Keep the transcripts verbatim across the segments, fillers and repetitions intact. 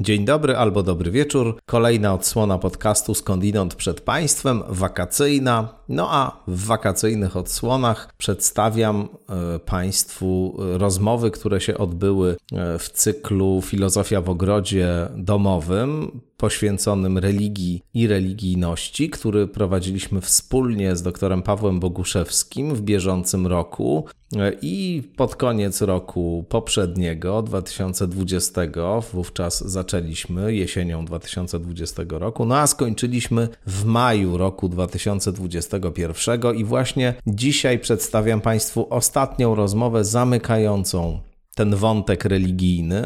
Dzień dobry albo dobry wieczór. Kolejna odsłona podcastu Skądinąd przed Państwem, wakacyjna. No a w wakacyjnych odsłonach przedstawiam Państwu rozmowy, które się odbyły w cyklu Filozofia w ogrodzie domowym poświęconym religii i religijności, który prowadziliśmy wspólnie z doktorem Pawłem Boguszewskim w bieżącym roku i pod koniec roku poprzedniego, dwa tysiące dwudziestego, wówczas zaczęliśmy jesienią dwa tysiące dwudziestego roku, no a skończyliśmy w maju roku dwa tysiące dwudziestego pierwszego i właśnie dzisiaj przedstawiam Państwu ostatnią rozmowę zamykającą ten wątek religijny.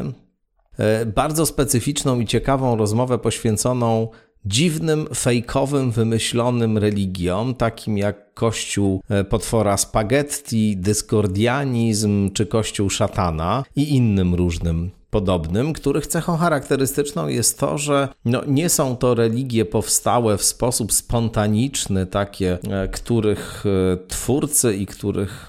Bardzo specyficzną i ciekawą rozmowę poświęconą dziwnym, fejkowym, wymyślonym religiom, takim jak kościół potwora spaghetti, dyskordianizm czy kościół szatana i innym różnym podobnym, których cechą charakterystyczną jest to, że no, nie są to religie powstałe w sposób spontaniczny, takie, których twórcy i których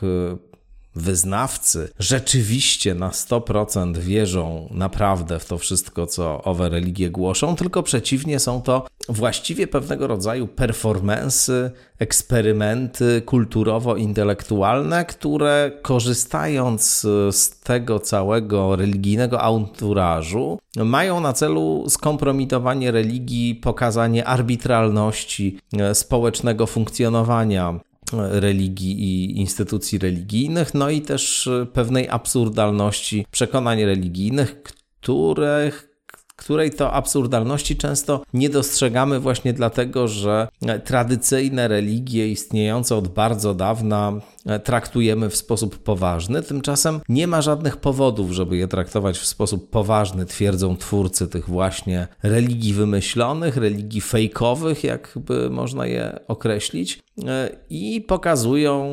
wyznawcy rzeczywiście na sto procent wierzą naprawdę w to wszystko, co owe religie głoszą, tylko przeciwnie, są to właściwie pewnego rodzaju performansy, eksperymenty kulturowo-intelektualne, które korzystając z tego całego religijnego anturażu mają na celu skompromitowanie religii, pokazanie arbitralności społecznego funkcjonowania religii i instytucji religijnych, no i też pewnej absurdalności przekonań religijnych, których której to absurdalności często nie dostrzegamy właśnie dlatego, że tradycyjne religie istniejące od bardzo dawna traktujemy w sposób poważny. Tymczasem nie ma żadnych powodów, żeby je traktować w sposób poważny, twierdzą twórcy tych właśnie religii wymyślonych, religii fejkowych, jakby można je określić, i pokazują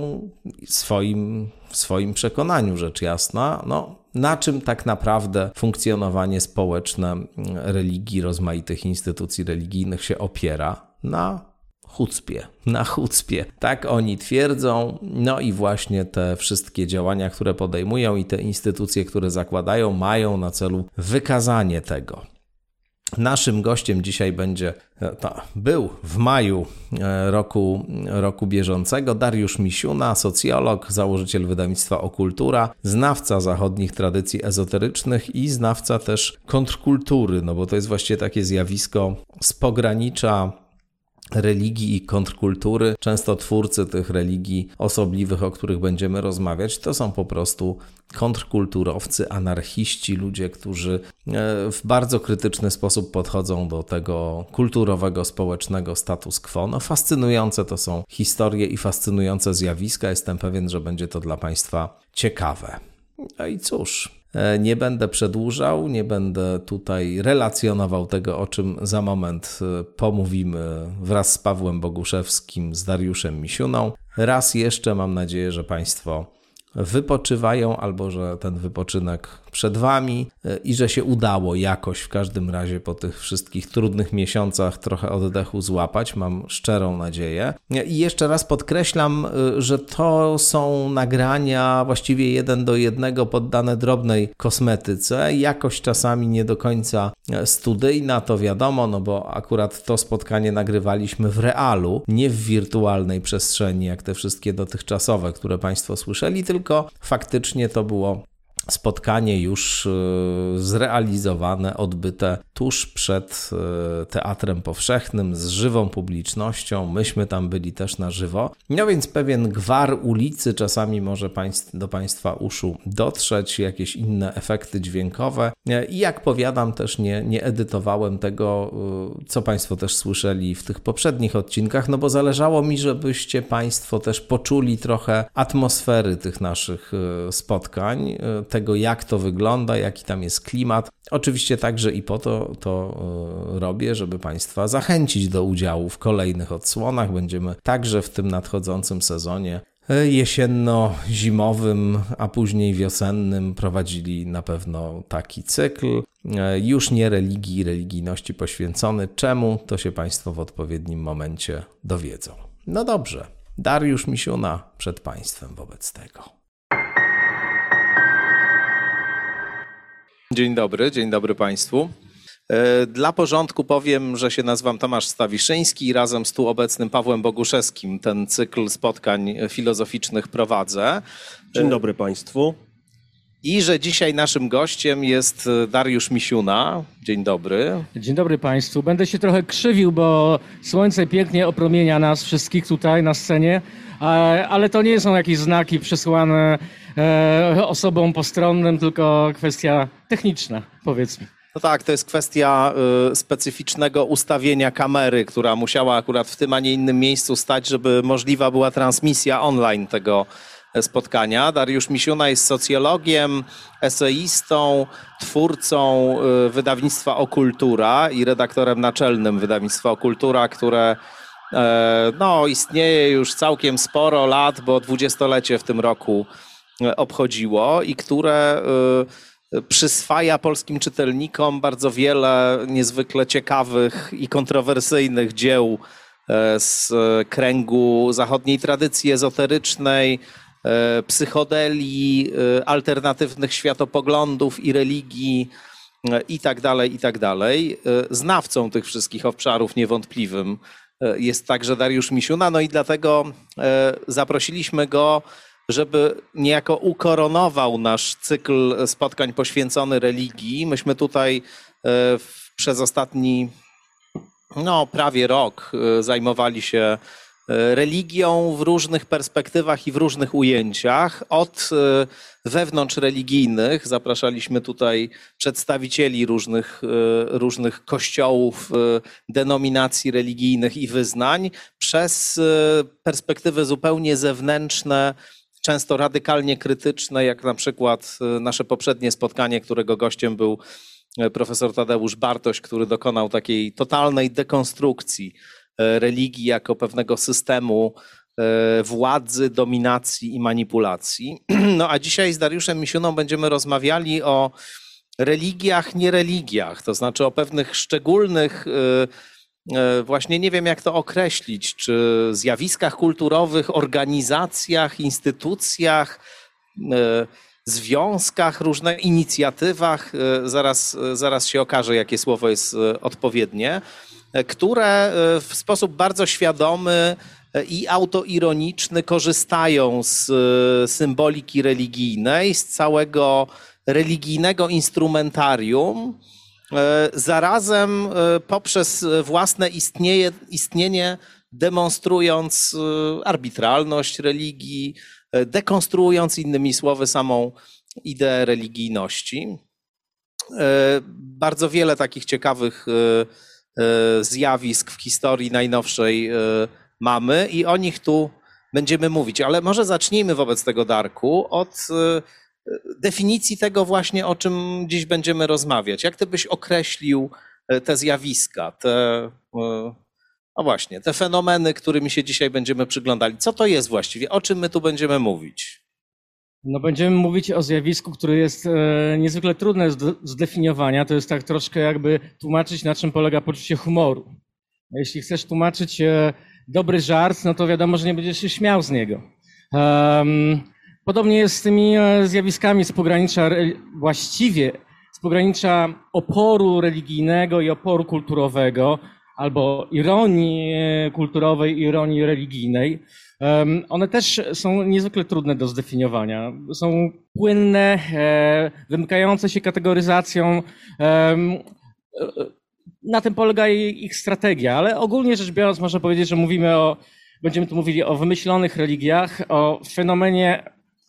swoim, w swoim przekonaniu, rzecz jasna, no, na czym tak naprawdę funkcjonowanie społeczne religii, rozmaitych instytucji religijnych się opiera. Na chucpie, na chucpie. Tak oni twierdzą, no i właśnie te wszystkie działania, które podejmują i te instytucje, które zakładają, mają na celu wykazanie tego. Naszym gościem dzisiaj będzie, to był w maju roku, roku bieżącego Dariusz Misiuna, socjolog, założyciel wydawnictwa Okultura, znawca zachodnich tradycji ezoterycznych i znawca też kontrkultury, no bo to jest właściwie takie zjawisko z pogranicza religii i kontrkultury. Często twórcy tych religii osobliwych, o których będziemy rozmawiać, to są po prostu kontrkulturowcy, anarchiści, ludzie, którzy w bardzo krytyczny sposób podchodzą do tego kulturowego, społecznego status quo. No, fascynujące to są historie i fascynujące zjawiska. Jestem pewien, że będzie to dla Państwa ciekawe. No i cóż, nie będę przedłużał, nie będę tutaj relacjonował tego, o czym za moment pomówimy wraz z Pawłem Boguszewskim, z Dariuszem Misiuną. Raz jeszcze mam nadzieję, że Państwo wypoczywają albo że ten wypoczynek przed Wami i że się udało jakoś w każdym razie po tych wszystkich trudnych miesiącach trochę oddechu złapać. Mam szczerą nadzieję. I jeszcze raz podkreślam, że to są nagrania właściwie jeden do jednego poddane drobnej kosmetyce. Jakość czasami nie do końca studyjna, to wiadomo, no bo akurat to spotkanie nagrywaliśmy w realu, nie w wirtualnej przestrzeni, jak te wszystkie dotychczasowe, które Państwo słyszeli, tylko faktycznie to było spotkanie już zrealizowane, odbyte tuż przed Teatrem Powszechnym z żywą publicznością. Myśmy tam byli też na żywo. No więc pewien gwar ulicy czasami może do Państwa uszu dotrzeć, jakieś inne efekty dźwiękowe. I jak powiadam, też nie, nie edytowałem tego, co Państwo też słyszeli w tych poprzednich odcinkach, no bo zależało mi, żebyście Państwo też poczuli trochę atmosfery tych naszych spotkań, tego, jak to wygląda, jaki tam jest klimat. Oczywiście także i po to to robię, żeby Państwa zachęcić do udziału w kolejnych odsłonach. Będziemy także w tym nadchodzącym sezonie jesienno-zimowym, a później wiosennym prowadzili na pewno taki cykl. Już nie religii i religijności poświęcony. Czemu? To się Państwo w odpowiednim momencie dowiedzą. No dobrze, Dariusz Misiuna przed Państwem wobec tego. Dzień dobry, dzień dobry Państwu. Dla porządku powiem, że się nazywam Tomasz Stawiszyński i razem z tu obecnym Pawłem Boguszewskim ten cykl spotkań filozoficznych prowadzę. Dzień dobry Państwu. I że dzisiaj naszym gościem jest Dariusz Misiuna. Dzień dobry. Dzień dobry Państwu. Będę się trochę krzywił, bo słońce pięknie opromienia nas wszystkich tutaj na scenie, ale to nie są jakieś znaki przesłane osobom postronnym, tylko kwestia techniczna, powiedzmy. No tak, to jest kwestia y, specyficznego ustawienia kamery, która musiała akurat w tym, a nie innym miejscu stać, żeby możliwa była transmisja online tego spotkania. Dariusz Misiuna jest socjologiem, eseistą, twórcą y, wydawnictwa Okultura i redaktorem naczelnym wydawnictwa Okultura, które y, no, istnieje już całkiem sporo lat, bo dwudziestolecie w tym roku y, obchodziło i które y, przyswaja polskim czytelnikom bardzo wiele niezwykle ciekawych i kontrowersyjnych dzieł z kręgu zachodniej tradycji ezoterycznej, psychodelii, alternatywnych światopoglądów i religii i tak dalej, i tak dalej. Znawcą tych wszystkich obszarów niewątpliwym jest także Dariusz Misiuna, no i dlatego zaprosiliśmy go, żeby niejako ukoronował nasz cykl spotkań poświęcony religii. Myśmy tutaj przez ostatni, no prawie rok zajmowali się religią w różnych perspektywach i w różnych ujęciach. Od wewnątrz religijnych zapraszaliśmy tutaj przedstawicieli różnych, różnych kościołów, denominacji religijnych i wyznań, przez perspektywy zupełnie zewnętrzne, często radykalnie krytyczne, jak na przykład nasze poprzednie spotkanie, którego gościem był profesor Tadeusz Bartoś, który dokonał takiej totalnej dekonstrukcji religii jako pewnego systemu władzy, dominacji i manipulacji. No a dzisiaj z Dariuszem Misiuną będziemy rozmawiali o religiach, niereligiach, to znaczy o pewnych szczególnych, właśnie nie wiem jak to określić, czy zjawiskach kulturowych, organizacjach, instytucjach, związkach, różnych inicjatywach, zaraz, zaraz się okaże, jakie słowo jest odpowiednie, które w sposób bardzo świadomy i autoironiczny korzystają z symboliki religijnej, z całego religijnego instrumentarium, zarazem poprzez własne istnienie, istnienie demonstrując arbitralność religii, dekonstruując innymi słowy samą ideę religijności. Bardzo wiele takich ciekawych zjawisk w historii najnowszej mamy i o nich tu będziemy mówić. Ale może zacznijmy wobec tego, Darku, od definicji tego właśnie, o czym dziś będziemy rozmawiać. Jak ty byś określił te zjawiska, te, no właśnie, te fenomeny, którymi się dzisiaj będziemy przyglądali? Co to jest właściwie? O czym my tu będziemy mówić? No będziemy mówić o zjawisku, które jest e, niezwykle trudne z zdefiniowania. To jest tak troszkę jakby tłumaczyć, na czym polega poczucie humoru. Jeśli chcesz tłumaczyć e, dobry żart, no to wiadomo, że nie będziesz się śmiał z niego. Um, podobnie jest z tymi e, zjawiskami z pogranicza, re, właściwie z pogranicza oporu religijnego i oporu kulturowego, albo ironii kulturowej i ironii religijnej. One też są niezwykle trudne do zdefiniowania. Są płynne, wymykające się kategoryzacją. Na tym polega ich strategia, ale ogólnie rzecz biorąc można powiedzieć, że mówimy o, będziemy tu mówili o wymyślonych religiach, o fenomenie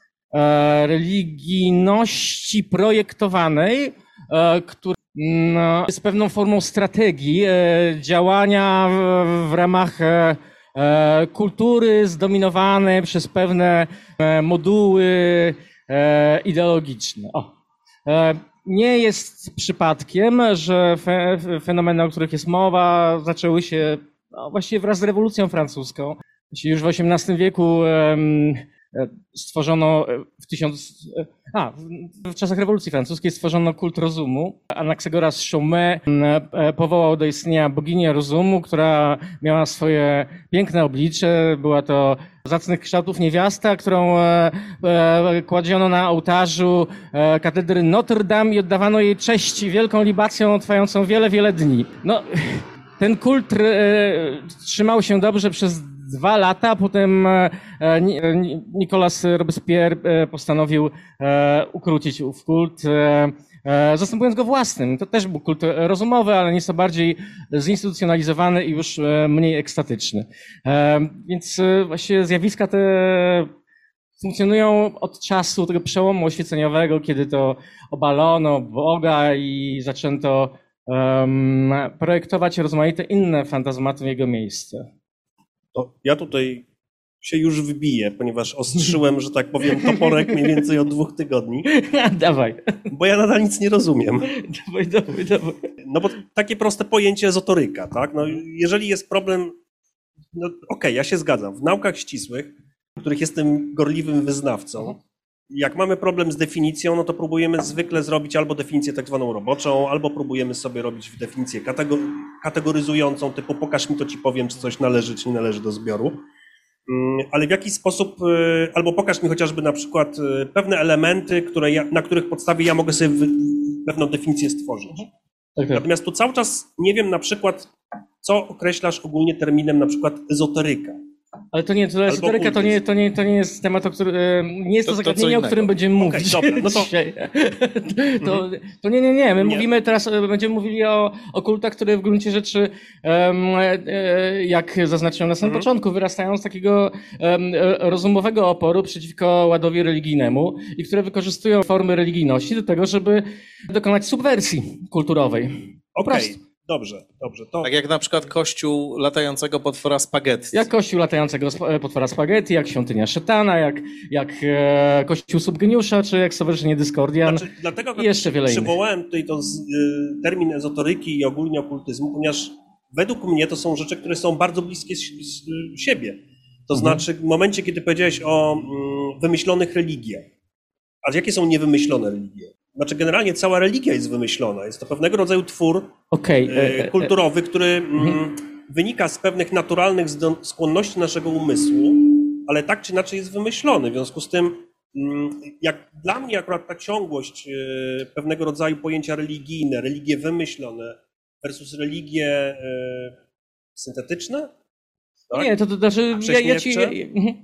religijności projektowanej, który no, jest pewną formą strategii działania w, w ramach kultury zdominowanej przez pewne moduły ideologiczne. O. Nie jest przypadkiem, że fe, fenomeny, o których jest mowa, zaczęły się no, właściwie wraz z rewolucją francuską. Już w osiemnastym wieku stworzono w tysiąc... A, w czasach rewolucji francuskiej stworzono kult rozumu. Anaxagoras Chaumet powołał do istnienia boginię rozumu, która miała swoje piękne oblicze. Była to zacnych kształtów niewiasta, którą e, e, kładziono na ołtarzu e, katedry Notre Dame i oddawano jej cześć wielką libacją trwającą wiele, wiele dni. No, ten kult e, trzymał się dobrze przez dwa lata, a potem e, Ni- Nicolas Robespierre e, postanowił e, ukrócić ów kult, e, e, zastępując go własnym. To też był kult rozumowy, ale nieco bardziej zinstytucjonalizowany i już e, mniej ekstatyczny. E, więc e, właściwie zjawiska te funkcjonują od czasu tego przełomu oświeceniowego, kiedy to obalono Boga i zaczęto um, projektować rozmaite inne fantazmaty w jego miejsce. To ja tutaj się już wybiję, ponieważ ostrzyłem, że tak powiem, toporek mniej więcej od dwóch tygodni. Dawaj. Bo ja nadal nic nie rozumiem. Dawaj, dawaj, dawaj. No bo takie proste pojęcie ezotoryka, tak? No jeżeli jest problem, no okej, okay, ja się zgadzam. W naukach ścisłych, których jestem gorliwym wyznawcą, jak mamy problem z definicją, no to próbujemy zwykle zrobić albo definicję tak zwaną roboczą, albo próbujemy sobie robić definicję kategor- kategoryzującą, typu pokaż mi, to ci powiem, czy coś należy, czy nie należy do zbioru. Ale w jaki sposób, albo pokaż mi chociażby na przykład pewne elementy, które ja, na których podstawie ja mogę sobie wy, pewną definicję stworzyć. Okay. Natomiast tu cały czas nie wiem na przykład, co określasz ogólnie terminem na przykład ezoteryka. Ale to nie, to ezoteryka to nie, to, nie, to nie jest temat, o którym, nie jest to, to zagadnienie, to o którym będziemy okay, mówić dobra, no to... dzisiaj. to, to nie, nie, nie. My nie. mówimy teraz, będziemy mówili o, o kultach, które w gruncie rzeczy, um, jak zaznaczyłem na samym mhm. początku, wyrastają z takiego um, rozumowego oporu przeciwko ładowi religijnemu i które wykorzystują formy religijności do tego, żeby dokonać subwersji kulturowej. Okej. Okay. Dobrze, dobrze. To... Tak jak na przykład kościół latającego potwora spaghetti. Jak kościół latającego potwora spaghetti, jak świątynia Szetana, jak, jak e, kościół subgeniusza, czy jak Stowarzyszenie Dyskordian znaczy, dlatego i jeszcze wiele innych. Przywołałem tutaj to z, y, termin ezotoryki i ogólnie okultyzmu, ponieważ według mnie to są rzeczy, które są bardzo bliskie z, z siebie. To mhm. znaczy w momencie, kiedy powiedziałeś o mm, wymyślonych religiach. A jakie są niewymyślone religie? Znaczy generalnie cała religia jest wymyślona. Jest to pewnego rodzaju twór okay. e, kulturowy, który mm, wynika z pewnych naturalnych skłonności naszego umysłu, ale tak czy inaczej jest wymyślony. W związku z tym, mm, jak dla mnie akurat ta ciągłość e, pewnego rodzaju pojęcia religijne, religie wymyślone versus religie e, syntetyczne? Tak? Nie, to, to znaczy ja, ja ci... Ja,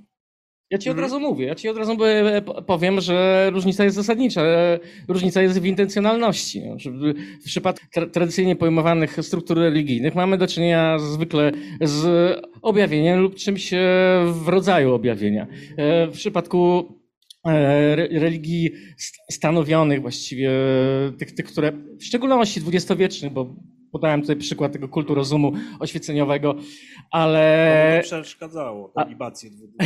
Ja ci od razu mówię, ja ci od razu powiem, że różnica jest zasadnicza. Różnica jest w intencjonalności. W przypadku tra- tradycyjnie pojmowanych struktur religijnych mamy do czynienia zwykle z objawieniem lub czymś w rodzaju objawienia. W przypadku religii stanowionych właściwie, tych, tych które w szczególności dwudziestowiecznych, bo podałem tutaj przykład tego kultu rozumu oświeceniowego, ale... To przeszkadzało, te libacje.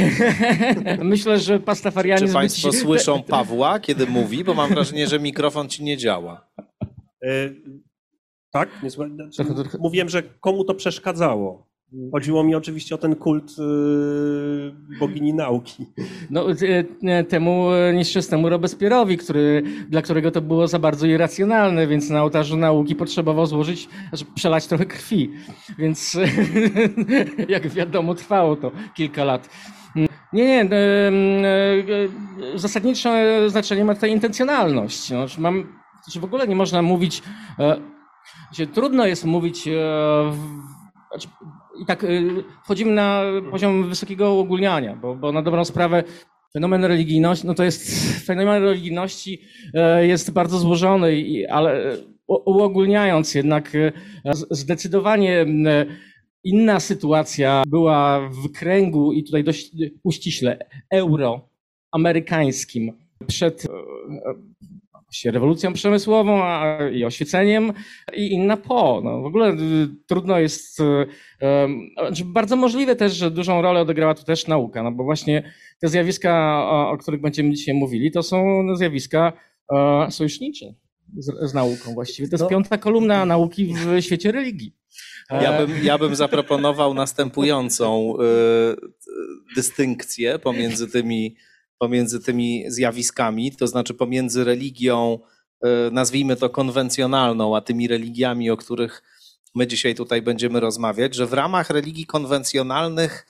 Myślę, że pastafarianizm... Czy państwo być... słyszą Pawła, kiedy mówi? Bo mam wrażenie, że mikrofon ci nie działa. E, tak? Nie, znaczy, mówiłem, że komu to przeszkadzało. Chodziło mi oczywiście o ten kult yy, bogini nauki. No, temu nieszczęsnemu Robespierre'owi, który, dla którego to było za bardzo irracjonalne, więc na ołtarzu nauki potrzebował złożyć, znaczy przelać trochę krwi. Więc jak wiadomo, trwało to kilka lat. Nie, nie. Zasadnicze znaczenie ma tutaj intencjonalność. Znaczy, mam, znaczy w ogóle nie można mówić, znaczy, trudno jest mówić w, znaczy, i tak wchodzimy na poziom wysokiego uogólniania, bo, bo na dobrą sprawę fenomen religijności, no to jest, fenomen religijności jest bardzo złożony, ale uogólniając jednak zdecydowanie inna sytuacja była w kręgu i tutaj dość uściśle euroamerykańskim przed rewolucją przemysłową i oświeceniem i inna po. No, w ogóle trudno jest, bardzo możliwe też, że dużą rolę odegrała tu też nauka, no bo właśnie te zjawiska, o, o których będziemy dzisiaj mówili, to są zjawiska sojusznicze z, z nauką właściwie. To jest no. piąta kolumna nauki w świecie religii. Ja bym, ja bym zaproponował następującą y, dystynkcję pomiędzy tymi pomiędzy tymi zjawiskami, to znaczy pomiędzy religią, nazwijmy to konwencjonalną, a tymi religiami, o których my dzisiaj tutaj będziemy rozmawiać, że w ramach religii konwencjonalnych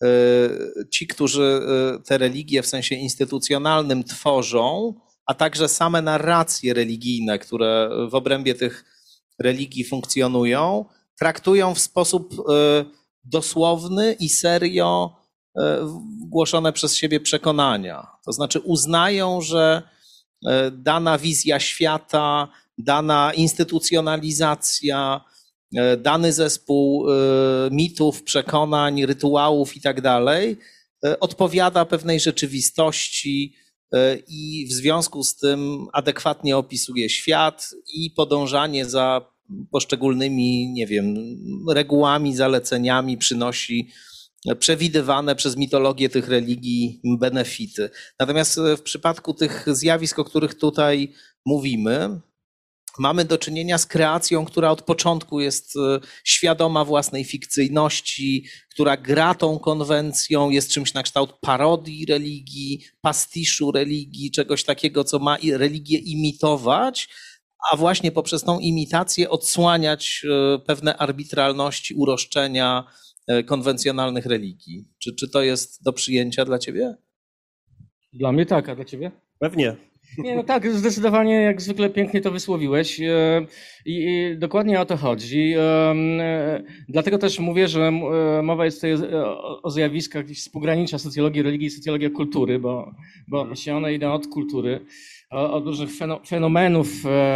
ci, którzy te religie w sensie instytucjonalnym tworzą, a także same narracje religijne, które w obrębie tych religii funkcjonują, traktują w sposób dosłowny i serio głoszone przez siebie przekonania. To znaczy uznają, że dana wizja świata, dana instytucjonalizacja, dany zespół mitów, przekonań, rytuałów i tak dalej odpowiada pewnej rzeczywistości i w związku z tym adekwatnie opisuje świat i podążanie za poszczególnymi, nie wiem, regułami, zaleceniami przynosi przewidywane przez mitologię tych religii benefity. Natomiast w przypadku tych zjawisk, o których tutaj mówimy, mamy do czynienia z kreacją, która od początku jest świadoma własnej fikcyjności, która gra tą konwencją, jest czymś na kształt parodii religii, pastiszu religii, czegoś takiego, co ma religię imitować, a właśnie poprzez tą imitację odsłaniać pewne arbitralności, uroszczenia konwencjonalnych religii. Czy, czy to jest do przyjęcia dla ciebie? Dla mnie tak, a dla ciebie? Pewnie. Nie, no tak, zdecydowanie, jak zwykle pięknie to wysłowiłeś i, i dokładnie o to chodzi. Dlatego też mówię, że mowa jest tutaj o, o zjawiskach gdzieś z pogranicza socjologii religii i socjologii kultury, bo, bo właśnie one idą od kultury, od różnych fenomenów,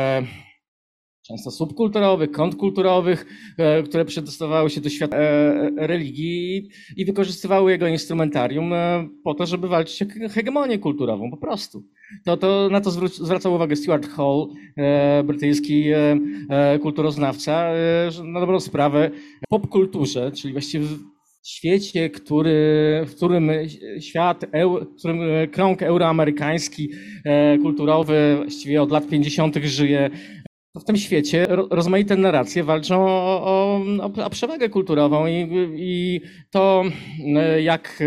często subkulturowych, kontrkulturowych, które przydostawały się do świata religii i wykorzystywały jego instrumentarium po to, żeby walczyć o hegemonię kulturową, po prostu. To, to na to zwracał uwagę Stuart Hall, brytyjski kulturoznawca, że na dobrą sprawę w popkulturze, czyli właściwie w świecie, który, w którym świat, w którym krąg euroamerykański, kulturowy właściwie od lat pięćdziesiątych żyje, w tym świecie rozmaite narracje walczą o, o, o przewagę kulturową i, i to, jak,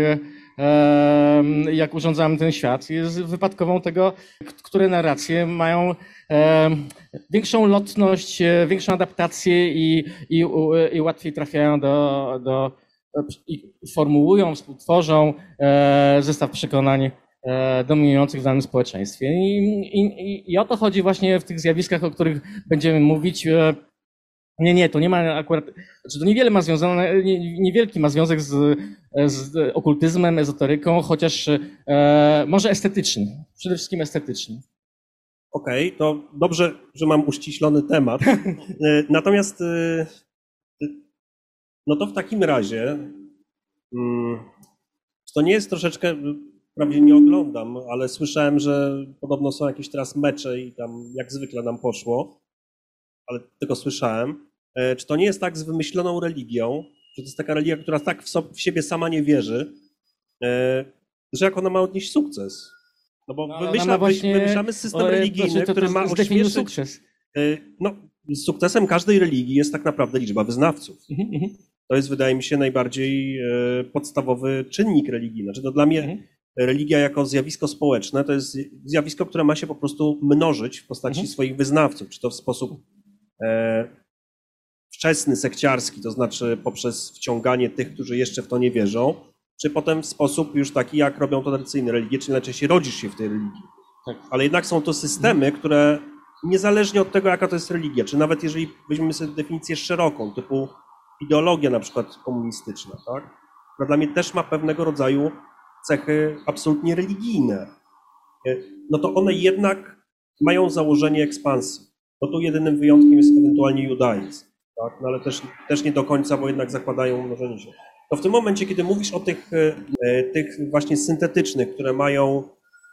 jak urządzamy ten świat, jest wypadkową tego, które narracje mają większą lotność, większą adaptację i, i, i łatwiej trafiają do, do i formułują, współtworzą zestaw przekonań dominujących w danym społeczeństwie. I, i, I o to chodzi właśnie w tych zjawiskach, o których będziemy mówić. Nie, nie, to nie ma akurat, znaczy to niewiele ma związane, nie, niewielki ma związek z, z okultyzmem, ezoteryką, chociaż e, może estetyczny, przede wszystkim estetyczny. Okej, okay, to dobrze, że mam uściślony temat. Natomiast no to w takim razie to nie jest troszeczkę, wprawdzie nie oglądam, ale słyszałem, że podobno są jakieś teraz mecze i tam jak zwykle nam poszło, ale tylko słyszałem. Czy to nie jest tak z wymyśloną religią, że to jest taka religia, która tak w, so, w siebie sama nie wierzy, że jak ona ma odnieść sukces? No bo no, wymyśla, właśnie, wymyślamy system o, religijny, znaczy to, który to, to, ma ośmieszyć... sukces. No, sukcesem każdej religii jest tak naprawdę liczba wyznawców. Mm-hmm. To jest, wydaje mi się, najbardziej podstawowy czynnik religijny. Znaczy, to dla mnie mm-hmm. religia jako zjawisko społeczne to jest zjawisko, które ma się po prostu mnożyć w postaci mm-hmm. swoich wyznawców. Czy to w sposób e, wczesny, sekciarski, to znaczy poprzez wciąganie tych, którzy jeszcze w to nie wierzą, czy potem w sposób już taki, jak robią to tradycyjne religie, czyli najczęściej rodzisz się w tej religii. Tak. Ale jednak są to systemy, które niezależnie od tego, jaka to jest religia, czy nawet jeżeli weźmiemy sobie definicję szeroką, typu ideologia na przykład komunistyczna, tak? Która dla mnie też ma pewnego rodzaju cechy absolutnie religijne, no to one jednak mają założenie ekspansji. No tu jedynym wyjątkiem jest ewentualnie judaizm, tak? No ale też, też nie do końca, bo jednak zakładają mnożenie się. To w tym momencie, kiedy mówisz o tych, tych właśnie syntetycznych, które mają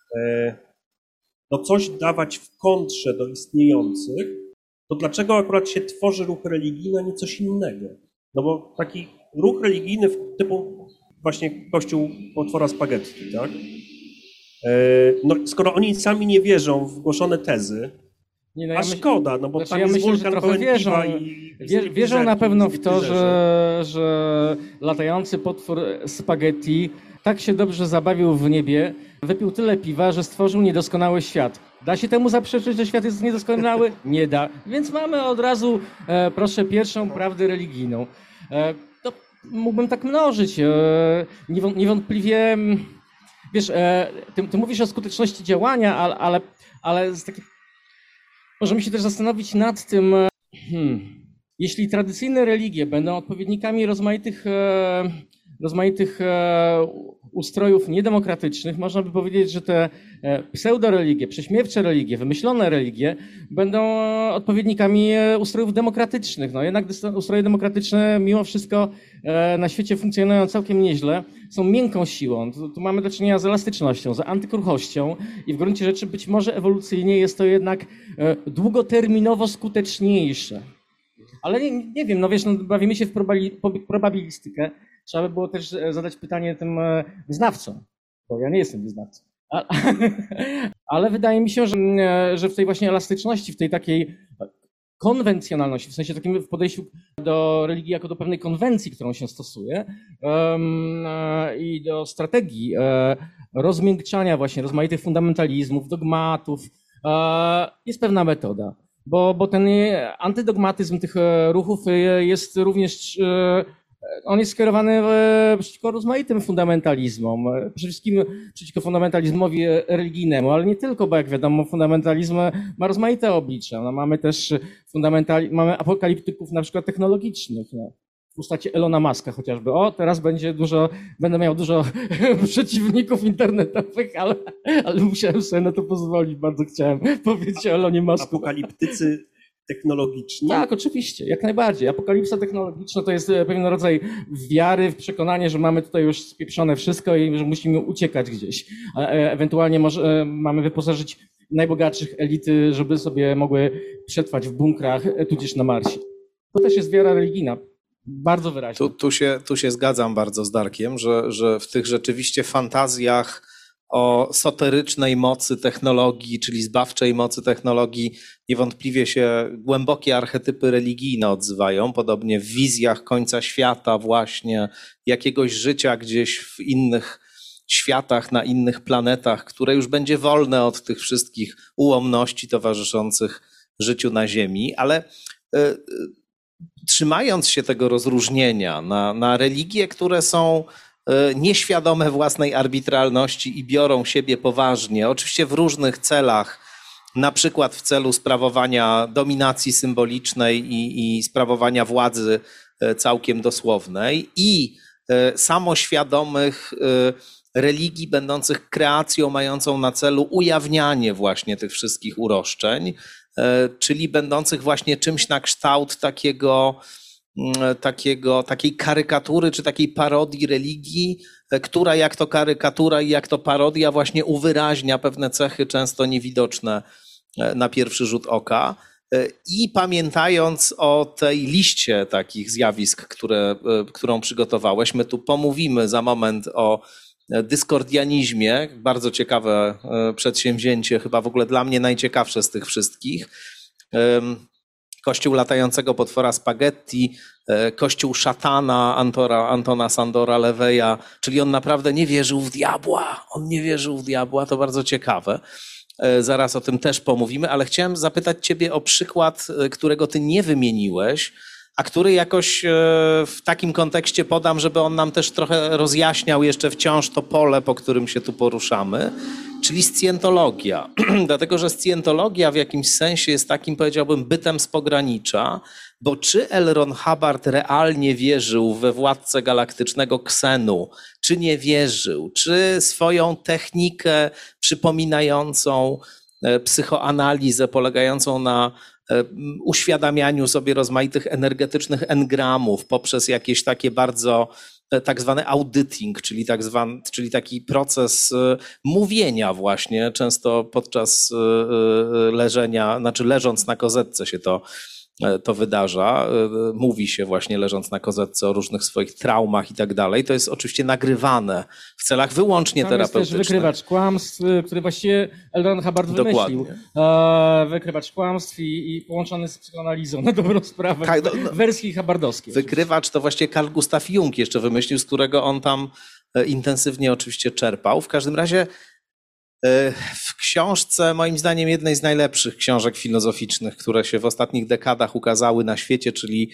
no coś dawać w kontrze do istniejących, to dlaczego akurat się tworzy ruch religijny, a nie coś innego? No bo taki ruch religijny typu właśnie kościół potwora spaghetti, tak? No skoro oni sami nie wierzą w głoszone tezy, nie, no ja a myśl... szkoda, no bo znaczy, tam ja jest myślę, wulkan pełen wierzą, i... Wie, wierzą na pewno w to, że, że latający potwór spaghetti tak się dobrze zabawił w niebie, wypił tyle piwa, że stworzył niedoskonały świat. Da się temu zaprzeczyć, że świat jest niedoskonały? Nie da. Więc mamy od razu, e, proszę, pierwszą prawdę religijną. E, to mógłbym tak mnożyć. Niewątpliwie, wiesz, ty, ty mówisz o skuteczności działania, ale, ale, ale z taki... możemy się też zastanowić nad tym, hmm, jeśli tradycyjne religie będą odpowiednikami rozmaitych, rozmaitych ustrojów niedemokratycznych, można by powiedzieć, że te pseudoreligie, prześmiewcze religie, wymyślone religie będą odpowiednikami ustrojów demokratycznych. No jednak ustroje demokratyczne mimo wszystko na świecie funkcjonują całkiem nieźle, są miękką siłą. Tu, tu mamy do czynienia z elastycznością, z antykruchością i w gruncie rzeczy być może ewolucyjnie jest to jednak długoterminowo skuteczniejsze. Ale nie, nie wiem, no wiesz, no bawimy się w probabilistykę. Trzeba by było też zadać pytanie tym wyznawcom, bo ja nie jestem wyznawcą. Ale wydaje mi się, że, że w tej właśnie elastyczności, w tej takiej konwencjonalności, w sensie takim w podejściu do religii jako do pewnej konwencji, którą się stosuje um, i do strategii e, rozmiękczania właśnie rozmaitych fundamentalizmów, dogmatów, e, jest pewna metoda. Bo, bo ten antydogmatyzm tych ruchów jest również, on jest skierowany przeciwko rozmaitym fundamentalizmom, przede wszystkim przeciwko fundamentalizmowi religijnemu, ale nie tylko, bo jak wiadomo, fundamentalizm ma rozmaite oblicza. No, mamy też fundamentali- mamy apokaliptyków na przykład technologicznych, no, w postaci Elona Muska chociażby. O, teraz będzie dużo, będę miał dużo przeciwników internetowych, ale, ale musiałem sobie na to pozwolić, bardzo chciałem powiedzieć o Elonie Musku. Apokaliptycy technologiczni? Tak, oczywiście, jak najbardziej. Apokalipsa technologiczna to jest pewien rodzaj wiary w przekonanie, że mamy tutaj już spieprzone wszystko i że musimy uciekać gdzieś. A ewentualnie może mamy wyposażyć najbogatszych elity, żeby sobie mogły przetrwać w bunkrach, tudzież na Marsie. To też jest wiara religijna. Bardzo wyraźnie. Tu, tu, się, tu się zgadzam bardzo z Darkiem, że, że w tych rzeczywiście fantazjach o soterycznej mocy technologii, czyli zbawczej mocy technologii, niewątpliwie się głębokie archetypy religijne odzywają, podobnie w wizjach końca świata właśnie, jakiegoś życia gdzieś w innych światach, na innych planetach, które już będzie wolne od tych wszystkich ułomności towarzyszących życiu na Ziemi, ale y, y, trzymając się tego rozróżnienia na, na religie, które są nieświadome własnej arbitralności i biorą siebie poważnie, oczywiście w różnych celach, na przykład w celu sprawowania dominacji symbolicznej i, i sprawowania władzy całkiem dosłownej, i samoświadomych religii będących kreacją mającą na celu ujawnianie właśnie tych wszystkich uroszczeń, czyli będących właśnie czymś na kształt takiego Takiego, takiej karykatury czy takiej parodii religii, która jak to karykatura i jak to parodia właśnie uwyraźnia pewne cechy często niewidoczne na pierwszy rzut oka. I pamiętając o tej liście takich zjawisk, które, którą przygotowałeś, my tu pomówimy za moment o dyskordianizmie, bardzo ciekawe przedsięwzięcie, chyba w ogóle dla mnie najciekawsze z tych wszystkich. Kościół latającego potwora spaghetti, kościół szatana Antora, Antona Sandora Leveya, czyli on naprawdę nie wierzył w diabła, on nie wierzył w diabła, to bardzo ciekawe. Zaraz o tym też pomówimy, ale chciałem zapytać ciebie o przykład, którego ty nie wymieniłeś, a który jakoś w takim kontekście podam, żeby on nam też trochę rozjaśniał jeszcze wciąż to pole, po którym się tu poruszamy, czyli scjentologia. Dlatego, że scjentologia w jakimś sensie jest takim, powiedziałbym, bytem z pogranicza, bo czy L. Ron Hubbard realnie wierzył we władcę galaktycznego Ksenu, czy nie wierzył, czy swoją technikę przypominającą psychoanalizę, polegającą na uświadamianiu sobie rozmaitych energetycznych engramów poprzez jakieś takie bardzo tak zwany audyting, czyli, tak zwany, czyli taki proces mówienia właśnie, często podczas leżenia, znaczy leżąc na kozetce się to to wydarza. Mówi się właśnie leżąc na kozetce o różnych swoich traumach i tak dalej. To jest oczywiście nagrywane w celach wyłącznie Tam terapeutycznych. Jest też wykrywacz kłamstw, który właściwie L. Ron Hubbard wymyślił. Wykrywacz kłamstw i, i połączony z psychoanalizą na dobrą sprawę. Ka- no, no, wersji hubbardowskiej. Wykrywacz to właściwie Carl Gustav Jung jeszcze wymyślił, z którego on tam intensywnie oczywiście czerpał. W każdym razie w książce, moim zdaniem jednej z najlepszych książek filozoficznych, które się w ostatnich dekadach ukazały na świecie, czyli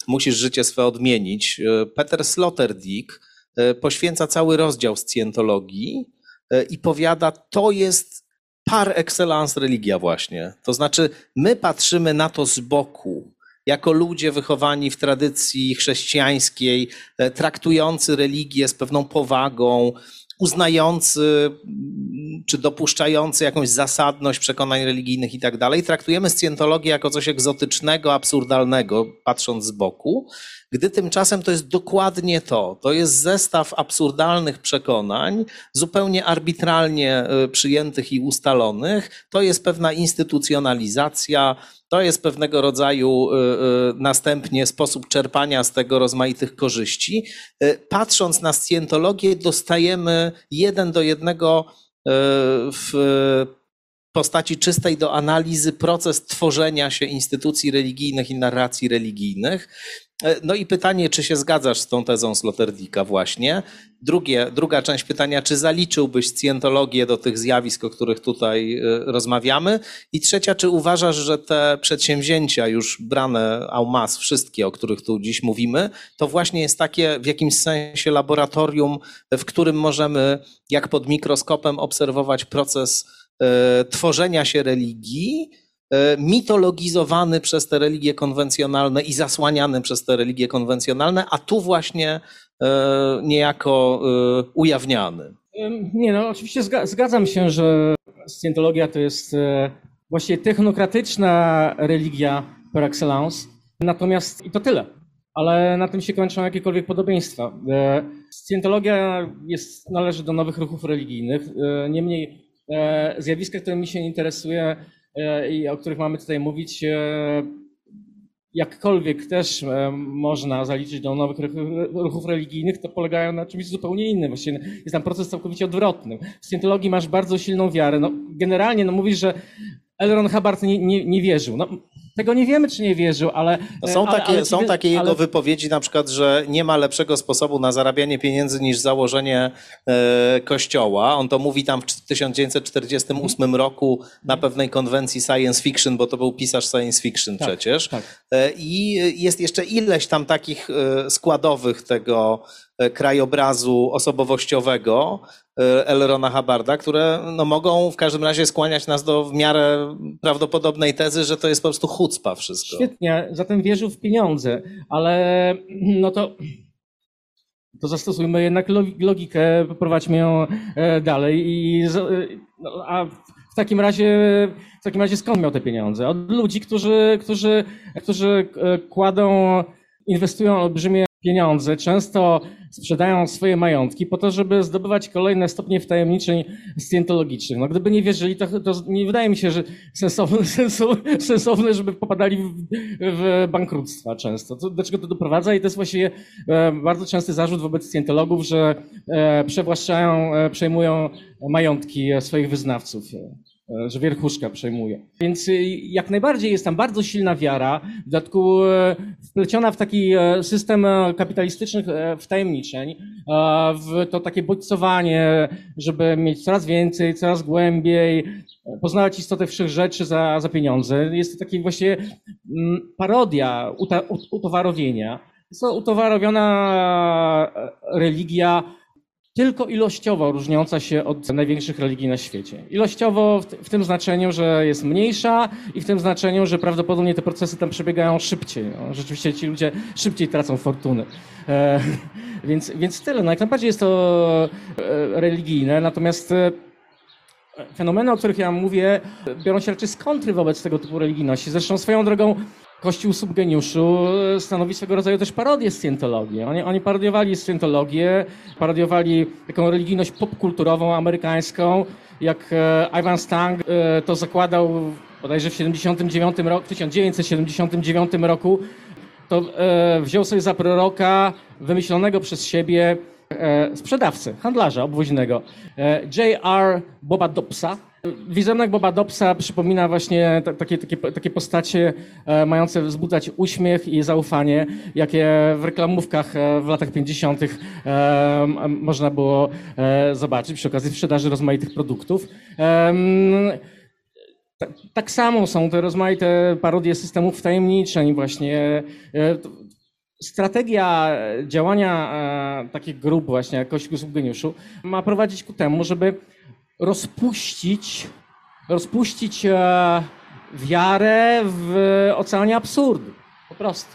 musisz życie swe odmienić. Peter Sloterdijk poświęca cały rozdział scjentologii i powiada, to jest par excellence religia właśnie. To znaczy my patrzymy na to z boku, jako ludzie wychowani w tradycji chrześcijańskiej, traktujący religię z pewną powagą, uznający czy dopuszczający jakąś zasadność przekonań religijnych i tak dalej, traktujemy scjentologię jako coś egzotycznego, absurdalnego, patrząc z boku, gdy tymczasem to jest dokładnie to. To jest zestaw absurdalnych przekonań, zupełnie arbitralnie przyjętych i ustalonych. To jest pewna instytucjonalizacja, to jest pewnego rodzaju następnie sposób czerpania z tego rozmaitych korzyści. Patrząc na scjentologię, dostajemy jeden do jednego w postaci czystej do analizy proces tworzenia się instytucji religijnych i narracji religijnych. No i pytanie, czy się zgadzasz z tą tezą Sloterdijka właśnie? Drugie, druga część pytania, czy zaliczyłbyś scjentologię do tych zjawisk, o których tutaj rozmawiamy? I trzecia, czy uważasz, że te przedsięwzięcia już brane en masse, wszystkie, o których tu dziś mówimy, to właśnie jest takie w jakimś sensie laboratorium, w którym możemy jak pod mikroskopem obserwować proces e, tworzenia się religii, mitologizowany przez te religie konwencjonalne i zasłaniany przez te religie konwencjonalne, a tu właśnie niejako ujawniany. Nie, no oczywiście zgadzam się, że scjentologia to jest właściwie technokratyczna religia par excellence, natomiast i to tyle. Ale na tym się kończą jakiekolwiek podobieństwa. Scjentologia jest, należy do nowych ruchów religijnych, niemniej zjawiska, które mi się interesuje i o których mamy tutaj mówić, jakkolwiek też można zaliczyć do nowych ruchów religijnych, to polegają na czymś zupełnie innym. Właściwie jest tam proces całkowicie odwrotny. W scjentologii masz bardzo silną wiarę. No, generalnie no, mówisz, że L. Ron Hubbard nie, nie, nie wierzył. No, tego nie wiemy, czy nie wierzył, ale... No są ale, takie, ale, są takie ale... jego ale... wypowiedzi na przykład, że nie ma lepszego sposobu na zarabianie pieniędzy niż założenie e, kościoła. On to mówi tam w tysiąc dziewięćset czterdziestym ósmym roku na pewnej konwencji science fiction, bo to był pisarz science fiction tak, przecież. Tak. E, I jest jeszcze ileś tam takich e, składowych tego e, krajobrazu osobowościowego L. Rona Hubbarda, które no, mogą w każdym razie skłaniać nas do w miarę prawdopodobnej tezy, że to jest po prostu chucpa wszystko. Świetnie, zatem wierzył w pieniądze, ale no to, to zastosujmy jednak logikę, prowadźmy ją dalej. I, no, a w takim razie, w takim razie skąd miał te pieniądze? Od ludzi, którzy, którzy, którzy kładą, inwestują olbrzymie pieniądze, często sprzedają swoje majątki po to, żeby zdobywać kolejne stopnie wtajemniczeń scjentologicznych. No, gdyby nie wierzyli, to, to nie wydaje mi się, że sensowne, sensowne żeby popadali w, w bankructwa często. To, do czego to doprowadza? I to jest właściwie e, bardzo częsty zarzut wobec scjentologów, że e, przewłaszczają, e, przejmują majątki swoich wyznawców. Że wierchuszka przejmuje. Więc jak najbardziej jest tam bardzo silna wiara, w dodatku wpleciona w taki system kapitalistycznych wtajemniczeń, w to takie bodźcowanie, żeby mieć coraz więcej, coraz głębiej, poznawać istotę wszechrzéczy za, za pieniądze. Jest to taki właściwie parodia uta, utowarowienia. Jest to utowarowiona religia, tylko ilościowo różniąca się od największych religii na świecie. Ilościowo w, w tym znaczeniu, że jest mniejsza i w tym znaczeniu, że prawdopodobnie te procesy tam przebiegają szybciej. No, rzeczywiście ci ludzie szybciej tracą fortuny. E, więc, więc tyle. No, jak najbardziej jest to e, religijne, natomiast e, fenomeny, o których ja mówię, biorą się raczej z kontry wobec tego typu religijności. Zresztą swoją drogą Kościół subgeniuszu stanowi swego rodzaju też parodię scjentologii. Oni, oni parodiowali scjentologię, parodiowali taką religijność popkulturową amerykańską, jak Ivan Stang to zakładał bodajże w siedemdziesiątym dziewiątym roku, w tysiąc dziewięćset siedemdziesiątym dziewiątym roku, to wziął sobie za proroka wymyślonego przez siebie sprzedawcę, handlarza obwoźnego, J R Boba Dobbsa. Wizerunek Boba Dobbsa przypomina właśnie takie, takie, takie postacie mające wzbudzać uśmiech i zaufanie, jakie w reklamówkach w latach pięćdziesiątych można było zobaczyć przy okazji sprzedaży rozmaitych produktów. Tak samo są te rozmaite parodie systemów wtajemniczeń właśnie. strategia działania e, takich grup właśnie, jak Kościół Sług Geniuszu, ma prowadzić ku temu, żeby rozpuścić, rozpuścić e, wiarę w oceanie absurdu. Po prostu.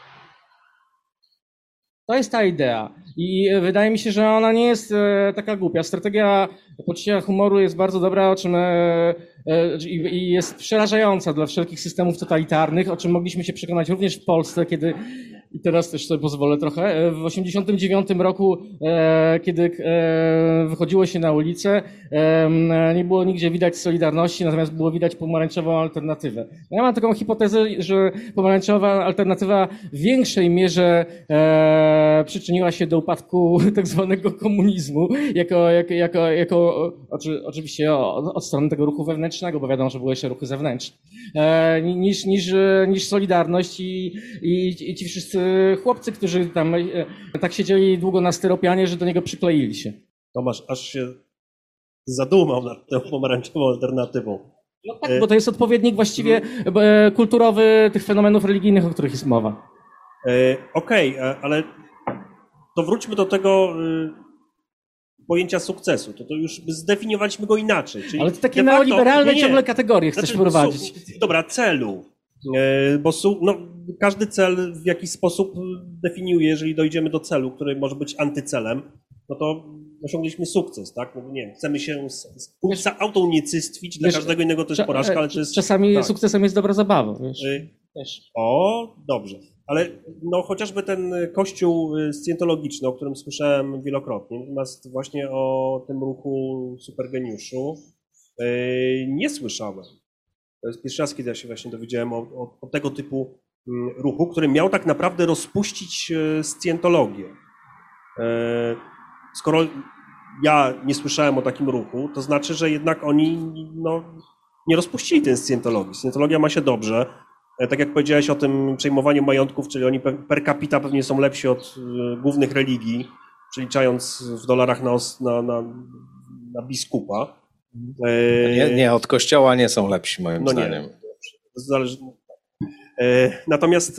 To jest ta idea. I wydaje mi się, że ona nie jest e, taka głupia. Strategia poczucia humoru jest bardzo dobra, o czym e, e, i jest przerażająca dla wszelkich systemów totalitarnych, o czym mogliśmy się przekonać również w Polsce, kiedy, i teraz też sobie pozwolę trochę, w osiemdziesiątym dziewiątym roku, e, kiedy e, wychodziło się na ulicę, e, nie było nigdzie widać Solidarności, natomiast było widać pomarańczową alternatywę. Ja mam taką hipotezę, że pomarańczowa alternatywa w większej mierze e, przyczyniła się do upadku tak zwanego komunizmu, jako, jako, jako, jako oczy, oczywiście od, od strony tego ruchu wewnętrznego, bo wiadomo, że były jeszcze ruchy zewnętrzne, e, niż, niż, niż Solidarność i, i, i ci wszyscy chłopcy, którzy tam e, tak siedzieli długo na styropianie, że do niego przykleili się. Tomasz aż się zadumał nad tą pomarańczową alternatywą. No tak, bo to jest odpowiednik właściwie e, kulturowy tych fenomenów religijnych, o których jest mowa. E, Okej, okay, ale to wróćmy do tego y, pojęcia sukcesu. To, to już zdefiniowaliśmy go inaczej. Czyli ale to takie de facto, neoliberalne nie, nie. ciągle kategorie chcesz znaczy, wprowadzić. Su, dobra, celu. E, bo su, no, każdy cel w jakiś sposób definiuje, jeżeli dojdziemy do celu, który może być antycelem, no to osiągnęliśmy sukces, tak? No, nie wiem, chcemy się autounicystwić, dla wiesz, każdego innego to jest porażka, ale to jest... Czasami tak. Sukcesem jest dobra zabawa, wiesz. Y, o, dobrze. Ale no chociażby ten kościół scjentologiczny, o którym słyszałem wielokrotnie, natomiast właśnie o tym ruchu supergeniuszu yy, nie słyszałem. To jest pierwszy raz, kiedy ja się właśnie dowiedziałem o, o, o tego typu ruchu, który miał tak naprawdę rozpuścić scjentologię. Yy, skoro ja nie słyszałem o takim ruchu, to znaczy, że jednak oni no, nie rozpuścili tej scjentologii. Scjentologia ma się dobrze. Tak jak powiedziałeś o tym przejmowaniu majątków, czyli oni per capita pewnie są lepsi od głównych religii, przeliczając w dolarach na, na, na, na biskupa. Nie, nie, od kościoła nie są lepsi moim no zdaniem. Nie. Zależy. Natomiast